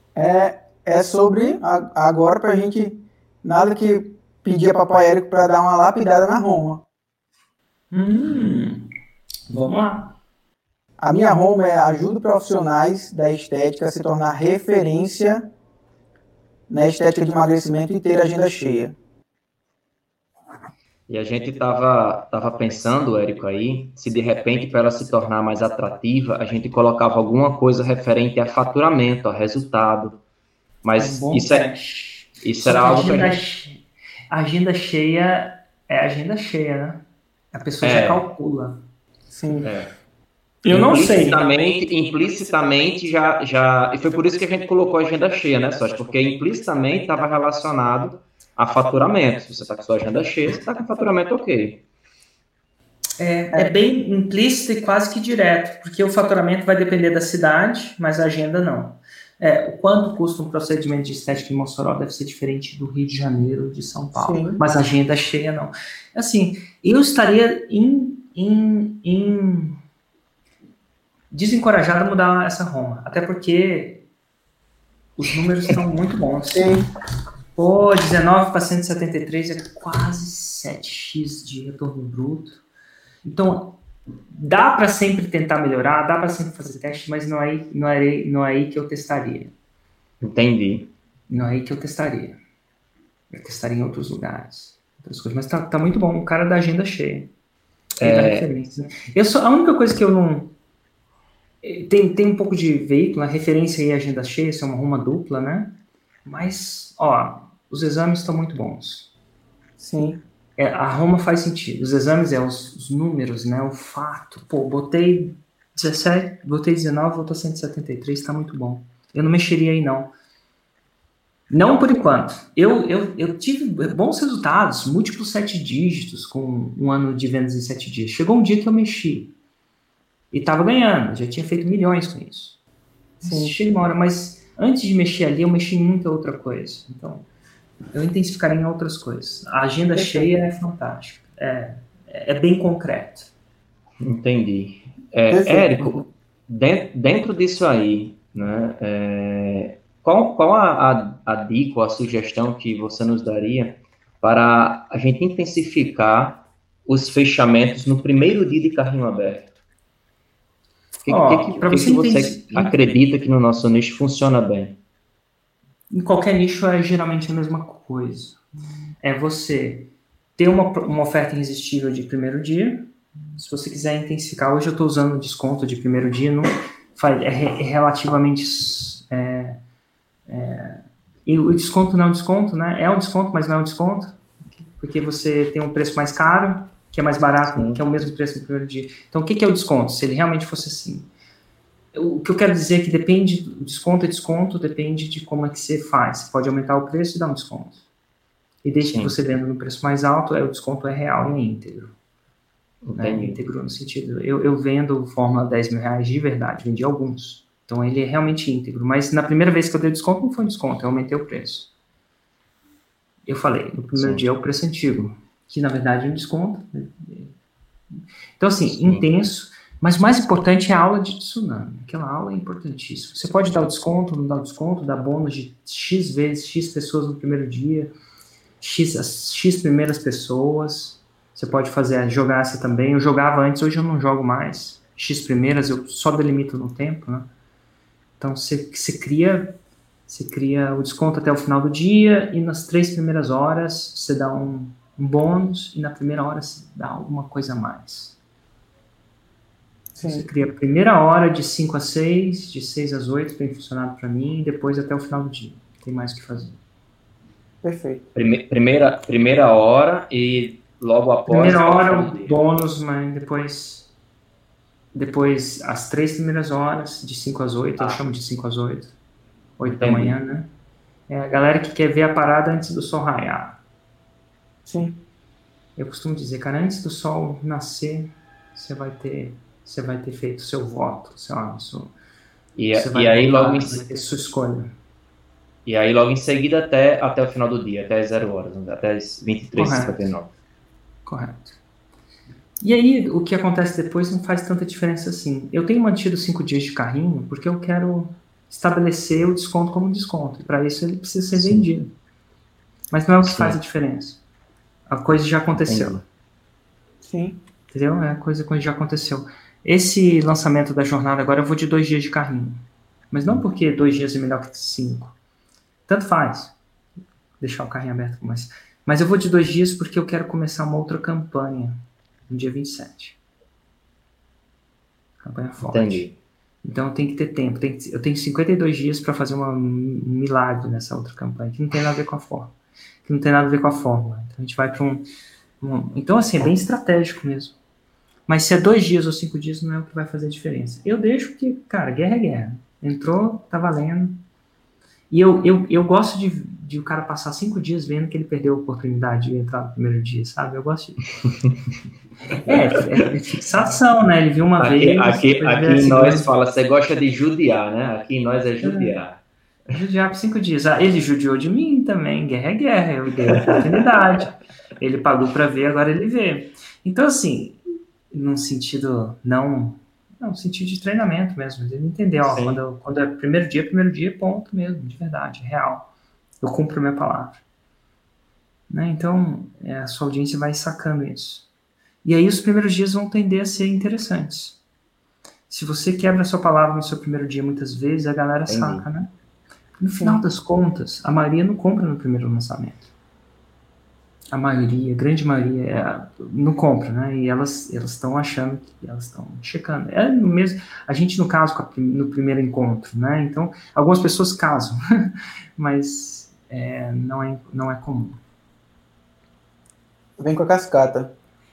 É sobre, agora pra gente, nada que pedir a Papai Érico para dar uma lapidada na Roma. Vamos lá. A minha Roma ajuda profissionais da estética a se tornar referência na estética de emagrecimento e ter agenda cheia. E a gente estava pensando, Érico, aí, se de repente, para ela se tornar mais atrativa, a gente colocava alguma coisa referente a faturamento, a resultado. Mas isso era algo que a gente... Agenda cheia é agenda cheia, né? A pessoa já calcula. Sim. Eu não sei. Implicitamente já... E foi por isso que a gente colocou a agenda cheia, né, Sócio? Porque implicitamente estava relacionado a faturamento. Se você está com sua agenda cheia, você está com faturamento ok. É bem implícito e quase que direto, porque o faturamento vai depender da cidade, mas a agenda não. O quanto custa um procedimento de estética em Mossoró deve ser diferente do Rio de Janeiro, de São Paulo. Sim. Mas a agenda cheia não. Assim, eu estaria desencorajado a mudar essa Roma, até porque os números estão muito bons. Sim. Pô, 19 para 173 é quase 7x de retorno bruto. Então, dá para sempre tentar melhorar, dá para sempre fazer teste, mas não é aí que eu testaria. Entendi. Não é aí que eu testaria. Eu testaria em outros lugares. Outras coisas. Mas tá muito bom. O cara da agenda cheia. Referência. A única coisa que eu não... Tem um pouco de veículo, a referência e agenda cheia, isso é uma dupla, né? Mas, os exames estão muito bons. Sim. A Roma faz sentido. Os exames os números, né? O fato. Pô, botei 17, botei 19, voltou 173, tá muito bom. Eu não mexeria aí, não. Não por enquanto. Eu tive bons resultados, múltiplos 7 dígitos, com um ano de vendas em 7 dias. Chegou um dia que eu mexi. E tava ganhando, já tinha feito milhões com isso. Sim. Chega uma hora, mas antes de mexer ali, eu mexi em muita outra coisa. Então, eu intensificaria em outras coisas. A agenda cheia é fantástica. É bem concreto. Entendi. Érico, dentro disso aí, né, qual a dica ou a sugestão que você nos daria para a gente intensificar os fechamentos no primeiro dia de carrinho aberto? O que você acredita que no nosso nicho funciona bem? Em qualquer nicho é geralmente a mesma coisa. É você ter uma oferta irresistível de primeiro dia. Se você quiser intensificar, hoje eu estou usando desconto de primeiro dia, relativamente... E o desconto não é um desconto, né? É um desconto, mas não é um desconto, porque você tem um preço mais caro, que é mais barato, que é o mesmo preço do primeiro dia. Então, o que é o desconto? Se ele realmente fosse assim. O que eu quero dizer é que o desconto é desconto, depende de como é que você faz. Você pode aumentar o preço e dar um desconto. E desde que você venda no preço mais alto, o desconto é real e é íntegro. Né? Íntegro no sentido... Eu vendo Fórmula 10 mil reais de verdade, vendi alguns. Então, ele é realmente íntegro. Mas na primeira vez que eu dei desconto, não foi um desconto, eu aumentei o preço. Eu falei, no primeiro dia é o preço antigo, que na verdade é um desconto. Então, assim, intenso. Mas o mais importante é a aula de tsunami. Aquela aula é importantíssima. Você pode dar o desconto, não dar o desconto, dar bônus de X vezes, X pessoas no primeiro dia, X primeiras pessoas. Você pode jogar essa também. Eu jogava antes, hoje eu não jogo mais. X primeiras, eu só delimito no tempo, né? Então, você cria o desconto até o final do dia e nas 3 primeiras horas você dá um bônus e na primeira hora você dá alguma coisa a mais. Sim. Você cria a primeira hora de 5 a 6, de 6 às 8, tem funcionado para mim, e depois até o final do dia. Tem mais o que fazer. Perfeito. Primeira hora e logo após... Primeira hora o bônus, mas depois, as 3 primeiras horas, de 5 às 8, eu chamo de 5 às 8, 8 da manhã, né? É a galera que quer ver a parada antes do sol raiar. Sim. Eu costumo dizer, cara, antes do sol nascer, você vai ter feito seu voto, sei lá, vai ter sua escolha. E aí, logo em seguida, até o final do dia, até as 0 horas, até as 23h59. Correto. E aí, o que acontece depois não faz tanta diferença assim. Eu tenho mantido 5 dias de carrinho porque eu quero estabelecer o desconto como desconto. E para isso ele precisa ser vendido. Mas não é o que faz a diferença. A coisa já aconteceu. Sim. Entendeu? É a coisa que já aconteceu. Esse lançamento da jornada agora eu vou de 2 dias de carrinho. Mas não porque 2 dias é melhor que 5. Tanto faz. Deixar o carrinho aberto. Mas eu vou de 2 dias porque eu quero começar uma outra campanha. No dia 27. Campanha forte. Entendi. Então tem que ter tempo. Eu tenho 52 dias para fazer um milagre nessa outra campanha, que não tem nada a ver com a fórmula. Então a gente vai para Então, assim, é bem estratégico mesmo. Mas se é 2 dias ou 5 dias, não é o que vai fazer a diferença. Eu deixo porque, cara, guerra é guerra. Entrou, tá valendo. E eu gosto de o cara passar 5 dias vendo que ele perdeu a oportunidade de entrar no primeiro dia, sabe? Eu gosto de... É fixação, né? Ele viu uma vez... Aqui em nós fala, você gosta de judiar, né? Aqui em nós é judiar. Judiar por 5 dias. Ele judiou de mim também. Guerra é guerra. Eu dei a oportunidade. Ele pagou para ver, agora ele vê. Então, assim, num sentido no sentido de treinamento mesmo. Ele entendeu, quando é primeiro dia, ponto mesmo, de verdade, real. Eu cumpro a minha palavra. né? Então, a sua audiência vai sacando isso. E aí os primeiros dias vão tender a ser interessantes. Se você quebra a sua palavra no seu primeiro dia muitas vezes, a galera saca, né? No final das contas, a maioria não compra no primeiro lançamento. A maioria, a grande maioria, não compra, né? E elas estão achando que elas estão checando. É no mesmo, a gente, no caso, no primeiro encontro, né? Então, algumas pessoas casam, mas não é comum. Vem com a cascata.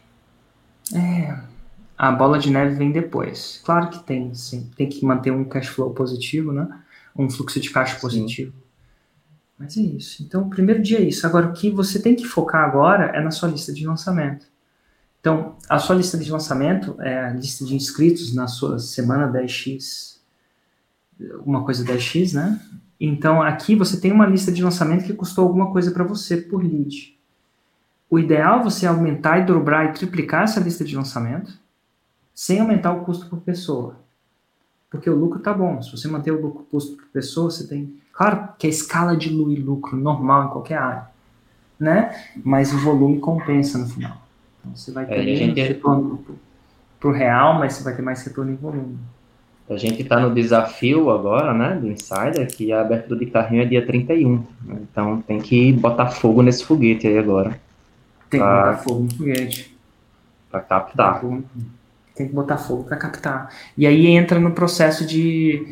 A bola de neve vem depois. Claro que tem, sim. Tem que manter um cash flow positivo, né? Um fluxo de caixa positivo. Mas é isso. Então, o primeiro dia é isso. Agora, o que você tem que focar agora é na sua lista de lançamento. Então, a sua lista de lançamento é a lista de inscritos na sua semana 10x, alguma coisa 10x, né? Então, aqui você tem uma lista de lançamento que custou alguma coisa para você por lead. O ideal é você aumentar e dobrar e triplicar essa lista de lançamento sem aumentar o custo por pessoa. Porque o lucro tá bom. Se você manter o custo por pessoa, você tem... Claro que a escala dilui lucro normal em qualquer área, né? Mas o volume compensa no final. Então você vai ter menos retorno pro real, mas você vai ter mais retorno em volume. A gente está no desafio agora, né, do Insider, que a abertura de carrinho é dia 31. Então tem que botar fogo nesse foguete aí agora. Tem que botar fogo no foguete. Para captar. Tem que botar fogo para captar. E aí entra no processo de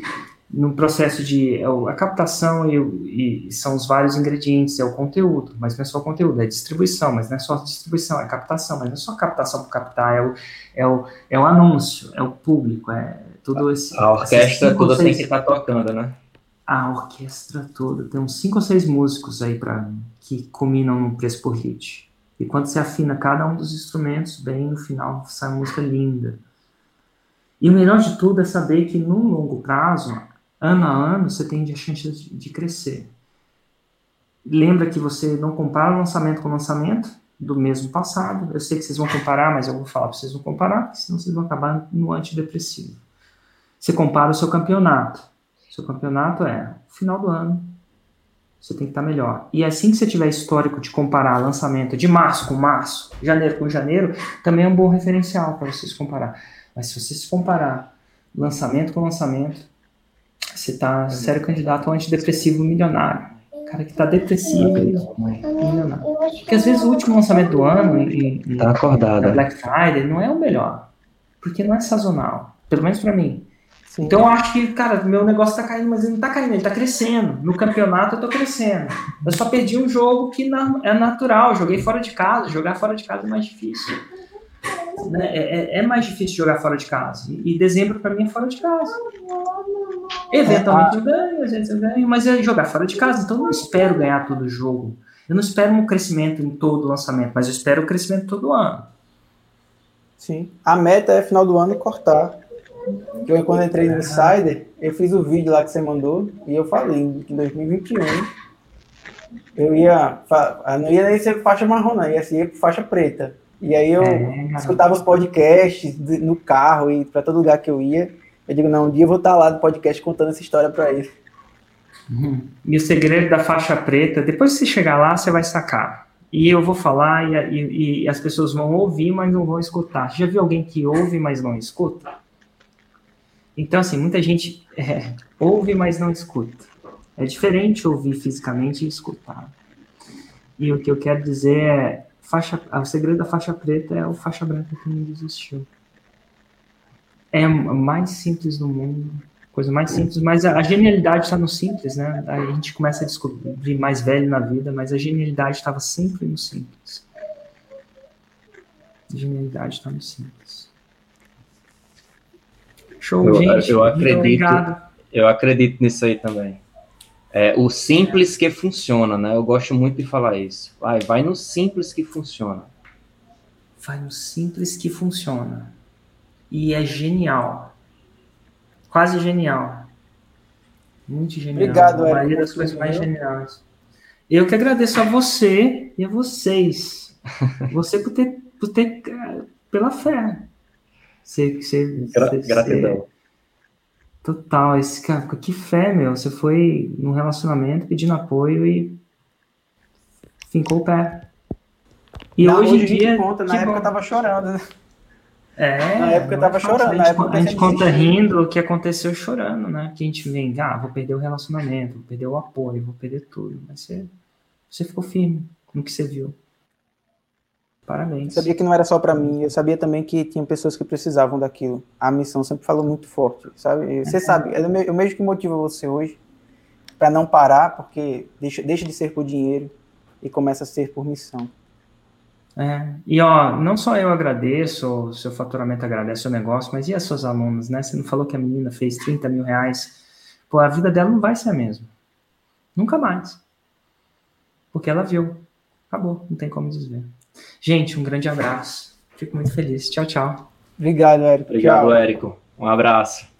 a captação e são os vários ingredientes, é o conteúdo, mas não é só o conteúdo, é distribuição, mas não é só distribuição, é captação, mas não é só captação para captar, é o anúncio, é o público, é tudo esse... A orquestra toda tem que estar tocando, né? A orquestra toda, tem uns 5 ou 6 músicos aí que combinam no preço por hit. E quando você afina cada um dos instrumentos, bem no final sai uma música linda. E o melhor de tudo é saber que no longo prazo, ano a ano, você tem a chance de crescer. Lembra que você não compara o lançamento com o lançamento do mesmo passado. Eu sei que vocês vão comparar, mas eu vou falar para vocês não comparar, senão vocês vão acabar no antidepressivo. Você compara o seu campeonato. Seu campeonato é o final do ano. Você tem que estar melhor. E assim que você tiver histórico de comparar lançamento de março com março, janeiro com janeiro, também é um bom referencial para vocês comparar. Mas se você se comparar lançamento com lançamento, você está sério candidato a um antidepressivo milionário. Cara que está depressivo e milionário. Porque às vezes o último lançamento do ano tá acordado. Black Friday não é o melhor. Porque não é sazonal. Pelo menos para mim. Sim. Então eu acho que, cara, meu negócio tá caindo, mas ele não tá caindo, ele tá crescendo. No campeonato eu tô crescendo. Eu só perdi um jogo que é natural, joguei fora de casa. Jogar fora de casa é mais difícil. É mais difícil jogar fora de casa. E dezembro pra mim é fora de casa. Eventualmente eu ganho, às vezes eu ganho, mas é jogar fora de casa, então eu não espero ganhar todo o jogo. Eu não espero um crescimento em todo o lançamento, mas eu espero o crescimento todo ano. Sim. A meta é final do ano cortar. Quando entrei no Insider, eu fiz o vídeo lá que você mandou e eu falei que em 2021 eu não ia nem ser faixa marrom, não, ia ser faixa preta. E aí eu escutava os podcasts no carro e para todo lugar que eu ia. Eu digo, não, um dia eu vou estar lá no podcast contando essa história para ele. E o segredo da faixa preta, depois que você chegar lá, você vai sacar. E eu vou falar e as pessoas vão ouvir, mas não vão escutar. Você já viu alguém que ouve, mas não escuta? Então, assim, muita gente ouve, mas não escuta. É diferente ouvir fisicamente e escutar. E o que eu quero dizer é, o segredo da faixa preta é o faixa branca que não existiu. É o mais simples do mundo, coisa mais simples, mas a genialidade está no simples, né? A gente começa a descobrir mais velho na vida, mas a genialidade estava sempre no simples. A genialidade está no simples. Show, gente. Eu acredito nisso aí também. O simples que funciona, né? Eu gosto muito de falar isso. Vai no simples que funciona. Vai no simples que funciona. E é genial. Quase genial. Muito genial. Obrigado, a maioria das coisas mais geniais. Eu que agradeço a você e a vocês. Você por ter pela fé. Gratidão. Total, cara, que fé, meu. Você foi num relacionamento pedindo apoio e fincou o pé. E hoje em dia... Conta, na época eu tava chorando, né? Na época eu tava chorando. A gente conta rindo o que aconteceu chorando, né? Que a gente vem, vou perder o relacionamento, vou perder o apoio, vou perder tudo. Mas você ficou firme no que você viu. Parabéns. Eu sabia que não era só para mim, eu sabia também que tinha pessoas que precisavam daquilo. A missão sempre falou muito forte, sabe? Você sabe, é o mesmo que motiva você hoje para não parar, porque deixa de ser por dinheiro e começa a ser por missão. E não só eu agradeço, o seu faturamento agradece o negócio, mas e as suas alunas, né? Você não falou que a menina fez 30 mil reais? Pô, a vida dela não vai ser a mesma. Nunca mais. Porque ela viu. Acabou, não tem como desver. Gente, um grande abraço. Fico muito feliz. Tchau, tchau. Obrigado, Érico. Obrigado, Érico. Um abraço.